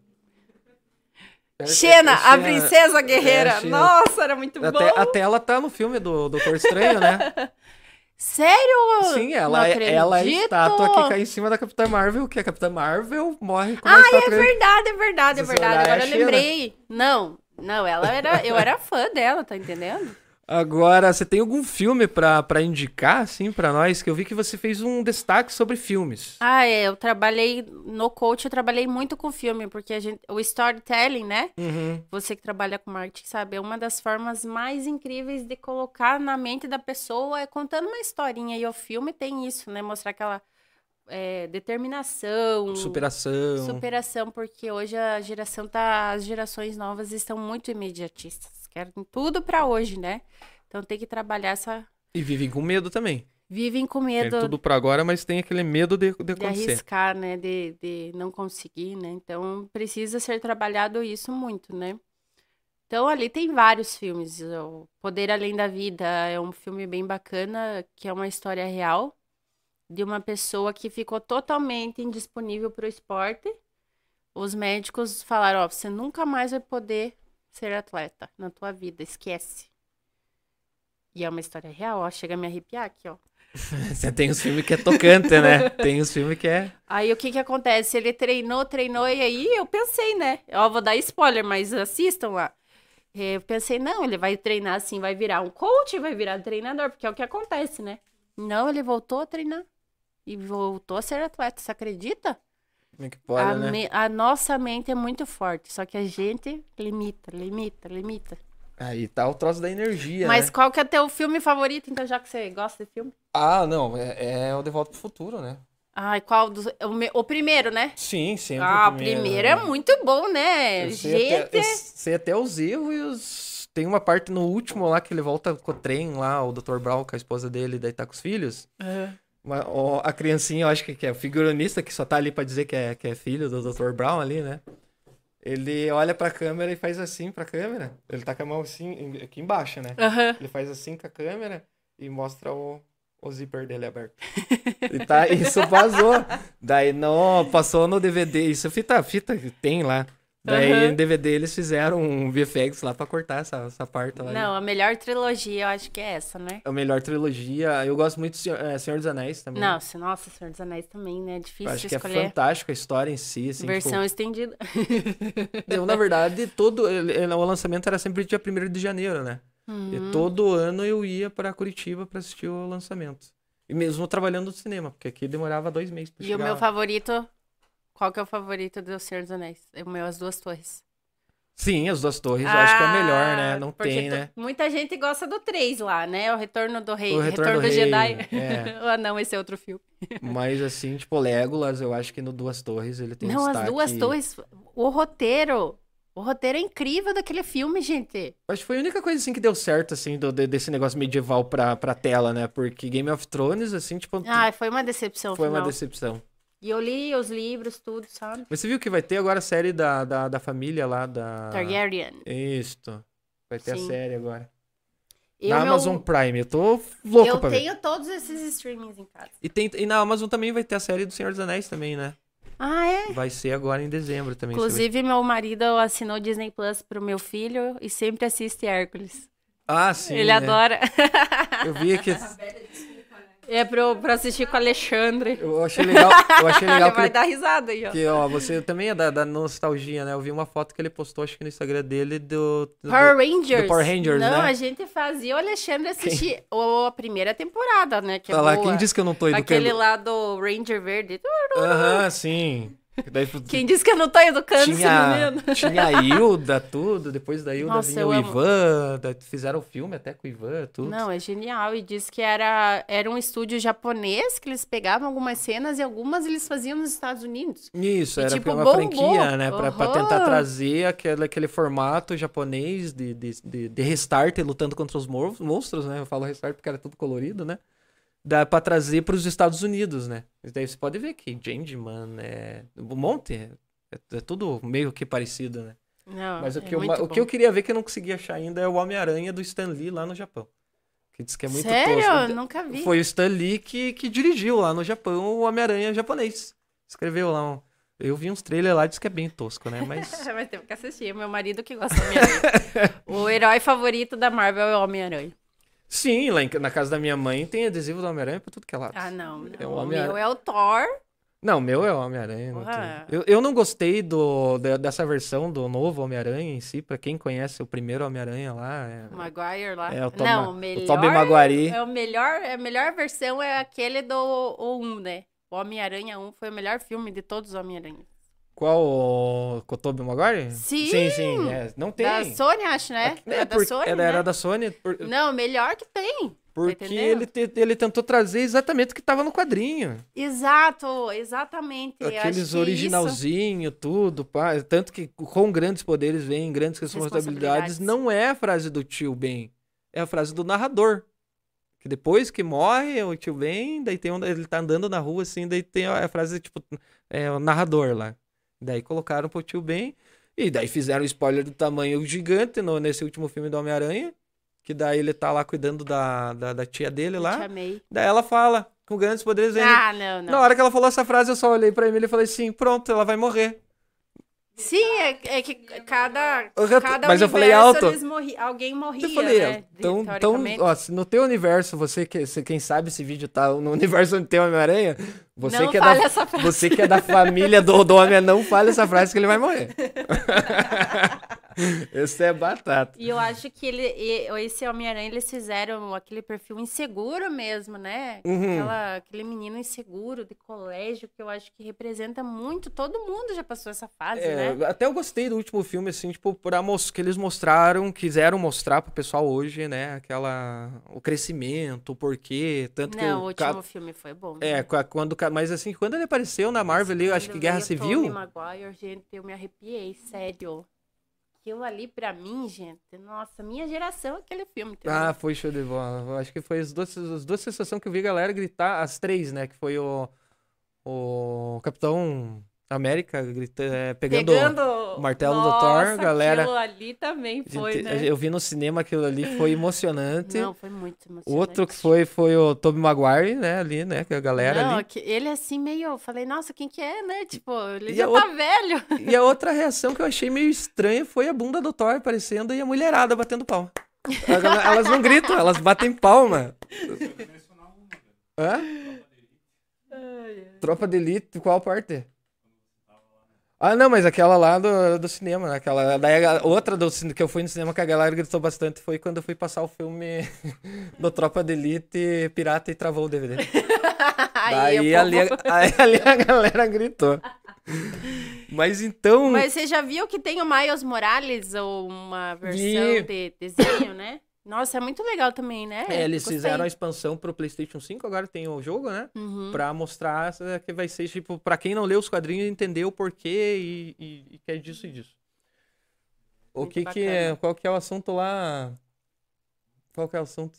Xena, a princesa guerreira. Xena. Nossa, era muito bom. Até ela tá no filme do Doutor Estranho, né? Sério? Sim, Não ela é a acredito. estátua que cai em cima da Capitã Marvel, que a Capitã Marvel morre com uma Ai, é estátua. verdade, é verdade, é Se você verdade. olhar, é Agora a eu Xena. lembrei. Não, eu era fã dela, tá entendendo? Agora, você tem algum filme pra indicar, assim, pra nós? Que eu vi que você fez um destaque sobre filmes. Ah, eu trabalhei no coach, eu trabalhei muito com filme, porque o storytelling, né? Uhum. Você que trabalha com marketing sabe, é uma das formas mais incríveis de colocar na mente da pessoa, é contando uma historinha. E o filme tem isso, né? Mostrar aquela determinação, superação, porque hoje as gerações novas estão muito imediatistas. Querem tudo pra hoje, né? Então tem que trabalhar essa... E vivem com medo também. Vivem com Tem medo tudo pra agora, mas tem aquele medo de de acontecer. arriscar, né? De não conseguir, né? Então, precisa ser trabalhado isso muito, né? Então, ali tem vários filmes. O Poder Além da Vida é um filme bem bacana, que é uma história real de uma pessoa que ficou totalmente indisponível para o esporte. Os médicos falaram, ó, você nunca mais vai poder ser atleta na tua vida, esquece. E é uma história real, ó, chega a me arrepiar aqui, ó. Você tem os filmes que é tocante, né? Tem os filmes que é... Aí o que que acontece? Ele treinou, e aí eu pensei, né? Ó, vou dar spoiler, mas assistam lá. Eu pensei, não, ele vai treinar assim, vai virar um coach, vai virar treinador, porque é o que acontece, né? Não, ele voltou a treinar e voltou a ser atleta, você acredita? Como é que pode, né? A nossa mente é muito forte, só que a gente limita. Aí tá o troço da energia, Mas né? qual que é teu filme favorito, então, já que você gosta de filme? Ah, não, é o De Volta pro Futuro, né? Ai, qual dos... O primeiro, né? Sim, sempre Ah, o o primeiro, primeiro é né? muito bom, né? Eu Gente... sei até os erros e os... Tem uma parte no último lá que ele volta com o trem lá, o Dr. Brown com a esposa dele, daí tá com os filhos. A criancinha, eu acho que é o figurinista que só tá ali pra dizer que é filho do Dr. Brown ali, né? Ele olha pra câmera e faz assim pra câmera. Ele tá com a mão assim, aqui embaixo, né? Aham. Ele faz assim com a câmera e mostra o zíper dele aberto. E tá, isso vazou. Daí não, passou no DVD. Isso fita tem lá. Daí Aham. no DVD eles fizeram um VFX lá pra cortar essa parte lá. Não, a melhor trilogia eu acho que é essa, né? É a melhor trilogia. Eu gosto muito de Senhor dos Anéis também. Nossa, Senhor dos Anéis também, né? É Eu difícil acho que é escolher. fantástico a história em si, assim, Versão estendida. eu, na verdade, o lançamento era sempre dia 1º de janeiro, né? E todo ano eu ia pra Curitiba pra assistir o lançamento. E mesmo trabalhando no cinema, porque aqui demorava 2 meses pra E o chegar meu lá. favorito... Qual que é o favorito do Senhor dos Anéis? É o meu, As Duas Torres. Sim, as Duas Torres, eu acho que é a melhor, né? Não porque tem, né? muita gente gosta do 3 lá, né? O Retorno do Rei. O Retorno do Rei, Jedi. é. Ah, não, esse é outro filme. Mas assim, tipo, Legolas, eu acho que no Duas Torres ele tem Não, As destaque. Duas Torres... O roteiro é incrível daquele filme, gente. Acho que foi a única coisa assim que deu certo, assim, desse negócio medieval pra tela, né? Porque Game of Thrones, assim, tipo, Ah, foi uma decepção foi uma final. decepção. E eu li os livros, tudo, sabe? Mas você viu que vai ter agora a série da família lá da... Targaryen. Isto. Vai ter Sim. a série agora. E Na o meu- Amazon Prime. Eu tô louco Eu pra ver. tenho todos esses streamings em casa. E na Amazon também vai ter a série do Senhor dos Anéis também, né? Ah, é? Vai ser agora em dezembro também. Inclusive, meu marido assinou Disney Plus pro meu filho e sempre assiste Hércules. Ah, sim. Ele é. adora. Eu vi que... É pra assistir com o Alexandre. Eu achei legal Ele que vai ele... dar risada aí, ó. Que, ó, você também é da nostalgia, né? Eu vi uma foto que ele postou, acho que no Instagram dele, do Power Rangers. do Power Rangers, não, né? a gente fazia o Alexandre assistir a primeira temporada, né? Que é Tá lá, boa. quem disse que eu não tô educando? Aquele lá do Ranger Verde. Aham, sim. Daí, Quem disse que eu não tô educando esse menino? tinha a Hilda, tudo. Depois da Hilda Nossa, vinha eu o amo. Ivan. Fizeram o filme até com o Ivan, tudo. Não, é genial. E diz que era um estúdio japonês que eles pegavam algumas cenas e algumas eles faziam nos Estados Unidos. Isso, E, era tipo, uma bombou. franquia, né? Pra Aham. tentar trazer aquele formato japonês de restart lutando contra os monstros, né? Eu falo restart porque era tudo colorido, né? Dá pra trazer pros Estados Unidos, né? E daí você pode ver que Changeman é um monte, é tudo meio que parecido, né? Não, Mas é muito o que eu queria ver que eu não consegui achar ainda é o Homem-Aranha do Stan Lee lá no Japão. Que diz que é muito Sério? tosco. Nunca vi. Foi o Stan Lee que dirigiu lá no Japão o Homem-Aranha japonês. Escreveu lá Eu vi uns trailers lá e disse que é bem tosco, né? Mas Mas teve que assistir. É meu marido que gosta do Homem-Aranha. O herói favorito da Marvel é o Homem-Aranha. sim, lá na casa da minha mãe tem adesivo do Homem-Aranha pra tudo que é lado. Ah, não. É o O Homem-Aranha. meu é o Thor. Não, o meu é o Homem-Aranha. Não Porra. tem. Eu não gostei dessa versão do novo Homem-Aranha em si. Pra quem conhece o primeiro Homem-Aranha lá. O Maguire lá. É, o Tom não, Ma- o melhor. o Tobey Maguire. É o melhor, a melhor versão é aquele do 1, né? O Homem-Aranha 1 foi o melhor filme de todos os Homem-Aranha. Qual o Tobey Maguire? Sim! Sim. Não tem. Da Sony, acho, né? É da porque Sony, era né? da Sony. Não, o melhor que tem. Porque entendendo? ele tentou trazer exatamente o que tava no quadrinho. Exato, exatamente. Eu acho Aqueles que originalzinho, tudo. Pá. Tanto que com grandes poderes vem grandes responsabilidades. Responsabilidades. Não é a frase do tio Ben. É a frase do narrador. Que depois que morre o tio Ben, daí tem ele tá andando na rua assim, daí tem a frase tipo, o narrador lá. Daí colocaram pro tio Ben, e daí fizeram spoiler do tamanho gigante nesse último filme do Homem-Aranha, que daí ele tá lá cuidando da tia dele Eu lá. te amei. Daí ela fala, com grandes poderes vem. Não. Na hora que ela falou essa frase, eu só olhei pra Emília e falei assim, pronto, ela vai morrer. Sim, é que cada Mas eu falei alto. alguém morria, Eu falei, né? então Teoricamente. ó, se no teu universo, quem sabe esse vídeo tá no universo onde tem o Homem-Aranha, Não fale essa frase. você que é da família do Homem, não fale essa frase que ele vai morrer. Esse é batata. E eu acho que esse Homem-Aranha, eles fizeram aquele perfil inseguro mesmo, né? Aquele menino inseguro de colégio, que eu acho que representa muito. Todo mundo já passou essa fase, né? Até eu gostei do último filme, assim, tipo, que eles quiseram mostrar pro pessoal hoje, né? O crescimento, o porquê. Tanto que o último filme foi bom. Né? Mas assim, quando ele apareceu na Marvel ali, eu acho que Guerra Civil. Tobey Maguire, gente, eu me arrepiei, sério. Aquilo ali, pra mim, gente, nossa, minha geração, aquele filme. Entendeu? Foi show de bola. Eu acho que foi as duas sensações que eu vi a galera gritar, as três, né? Que foi o Capitão América pegando o martelo do Thor, galera. Aquilo ali também foi, né? Eu vi no cinema aquilo ali, foi emocionante. Não, foi muito emocionante. Outro que foi o Tobey Maguire, né? Ali, né? Que a galera ali. Ele assim meio, eu falei, nossa, quem que é, né? Tipo, ele já tá velho. E a outra reação que eu achei meio estranha foi a bunda do Thor aparecendo e a mulherada batendo palma. Elas não gritam, elas batem palma. Hã? Tropa de Elite, qual parte? Não, mas aquela lá do cinema, né? Daí outra que eu fui no cinema que a galera gritou bastante foi quando eu fui passar o filme do Tropa de Elite Pirata e travou o DVD. Daí ali a galera gritou. Mas então... Mas você já viu que tem o Miles Morales, ou uma versão de desenho, né? Nossa, é muito legal também, né? Eles fizeram a expansão pro PlayStation 5, agora tem o jogo, né? Pra mostrar que vai ser, tipo, pra quem não leu os quadrinhos entender o porquê e que é disso e disso. Qual que é o assunto lá? Qual que é o assunto?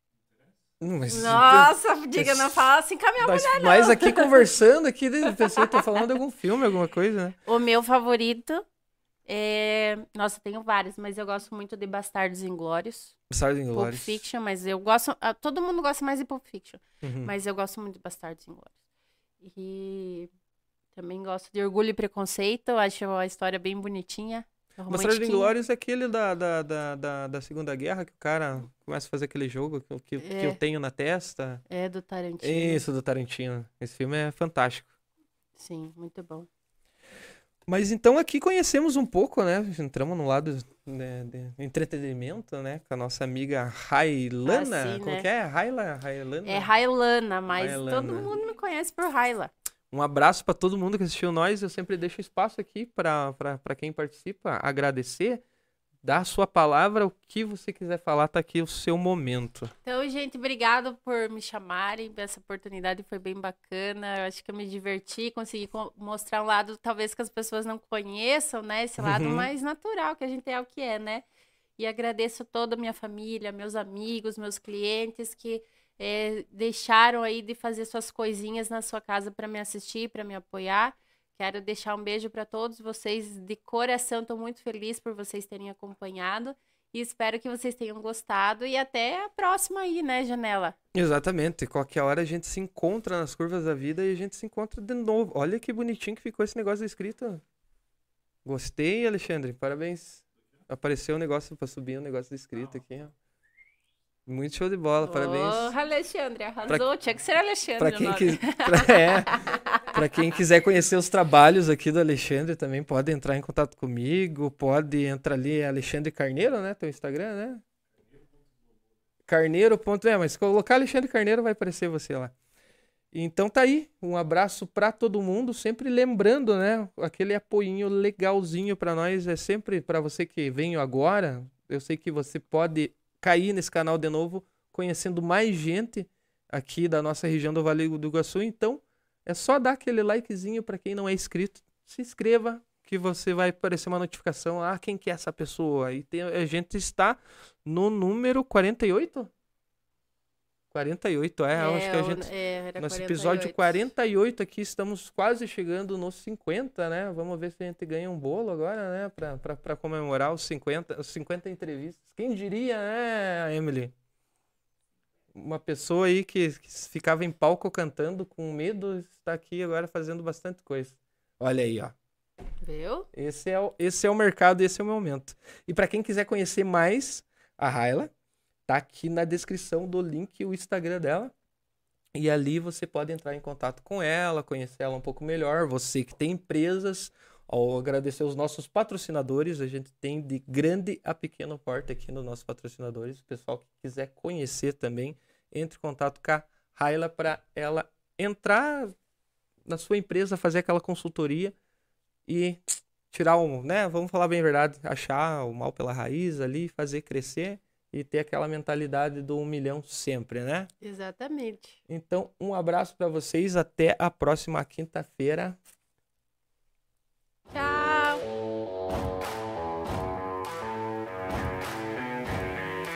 Nossa, não fala assim com a minha mulher, não. Mas aqui conversando, a pessoa tá falando de algum filme, alguma coisa, né? O meu favorito nossa, tenho vários, mas eu gosto muito de Bastardos Inglórios. Bastardos Inglórios. Pulp Fiction, mas eu gosto... Todo mundo gosta mais de Pulp Fiction, mas eu gosto muito de Bastardos Inglórios. E também gosto de Orgulho e Preconceito, eu acho a história bem bonitinha. Bastardos Inglórios é aquele da Segunda Guerra, que o cara começa a fazer aquele jogo que eu tenho na testa. É, do Tarantino. Isso, do Tarantino. Esse filme é fantástico. Sim, muito bom. Mas então aqui conhecemos um pouco, né? Entramos no lado de entretenimento, né? Com a nossa amiga Railana. Sim, Como né? que é? Railana? É Railana, mas Railana. todo mundo me conhece por Raila. Um abraço para todo mundo que assistiu nós. Eu sempre deixo espaço aqui para quem participa agradecer. Dá a sua palavra, o que você quiser falar, tá aqui o seu momento. Então, gente, obrigado por me chamarem. Essa oportunidade foi bem bacana. Eu acho que eu me diverti, consegui mostrar um lado talvez que as pessoas não conheçam, né? Esse lado mais natural, que a gente é o que é, né? E agradeço toda a minha família, meus amigos, meus clientes que deixaram aí de fazer suas coisinhas na sua casa para me assistir, para me apoiar. Quero deixar um beijo para todos vocês de coração. Estou muito feliz por vocês terem acompanhado e espero que vocês tenham gostado. E até a próxima aí, né, Janela? Exatamente. Qualquer hora a gente se encontra nas curvas da vida e a gente se encontra de novo. Olha que bonitinho que ficou esse negócio da escrita. Gostei, Alexandre. Parabéns. Apareceu um negócio para subir um negócio da escrita aqui, ó. Muito show de bola, parabéns. Alexandre, arrasou. Tinha que ser Alexandre Pra quem quiser conhecer os trabalhos aqui do Alexandre, também pode entrar em contato comigo, pode entrar ali, Alexandre Carneiro, né? Teu Instagram, né? Carneiro. Mas se colocar Alexandre Carneiro vai aparecer você lá. Então tá aí, um abraço pra todo mundo, sempre lembrando, né? Aquele apoinho legalzinho pra nós, é sempre pra você que veio agora, eu sei que você pode cair nesse canal de novo, conhecendo mais gente aqui da nossa região do Vale do Iguaçu. Então, é só dar aquele likezinho para quem não é inscrito. Se inscreva, que você vai aparecer uma notificação. Quem que é essa pessoa? E a gente está no número 48? 48, eu acho que a gente... Era Nosso 48. episódio 48 aqui, estamos quase chegando nos 50, né? Vamos ver se a gente ganha um bolo agora, né? Pra comemorar os 50 entrevistas. Quem diria, né, Emily? Uma pessoa aí que ficava em palco cantando com medo, está aqui agora fazendo bastante coisa. Olha aí, ó. Viu? Esse é o mercado, esse é o momento. E para quem quiser conhecer mais a Raila, tá aqui na descrição do link o Instagram dela. E ali você pode entrar em contato com ela, conhecer ela um pouco melhor. Você que tem empresas, ao agradecer os nossos patrocinadores, a gente tem de grande a pequeno porte aqui nos nossos patrocinadores. O pessoal que quiser conhecer também, entre em contato com a Raila para ela entrar na sua empresa, fazer aquela consultoria e tirar né? Vamos falar bem a verdade, achar o mal pela raiz ali, fazer crescer e ter aquela mentalidade do 1 milhão sempre, né? Exatamente. Então, um abraço para vocês, até a próxima quinta-feira.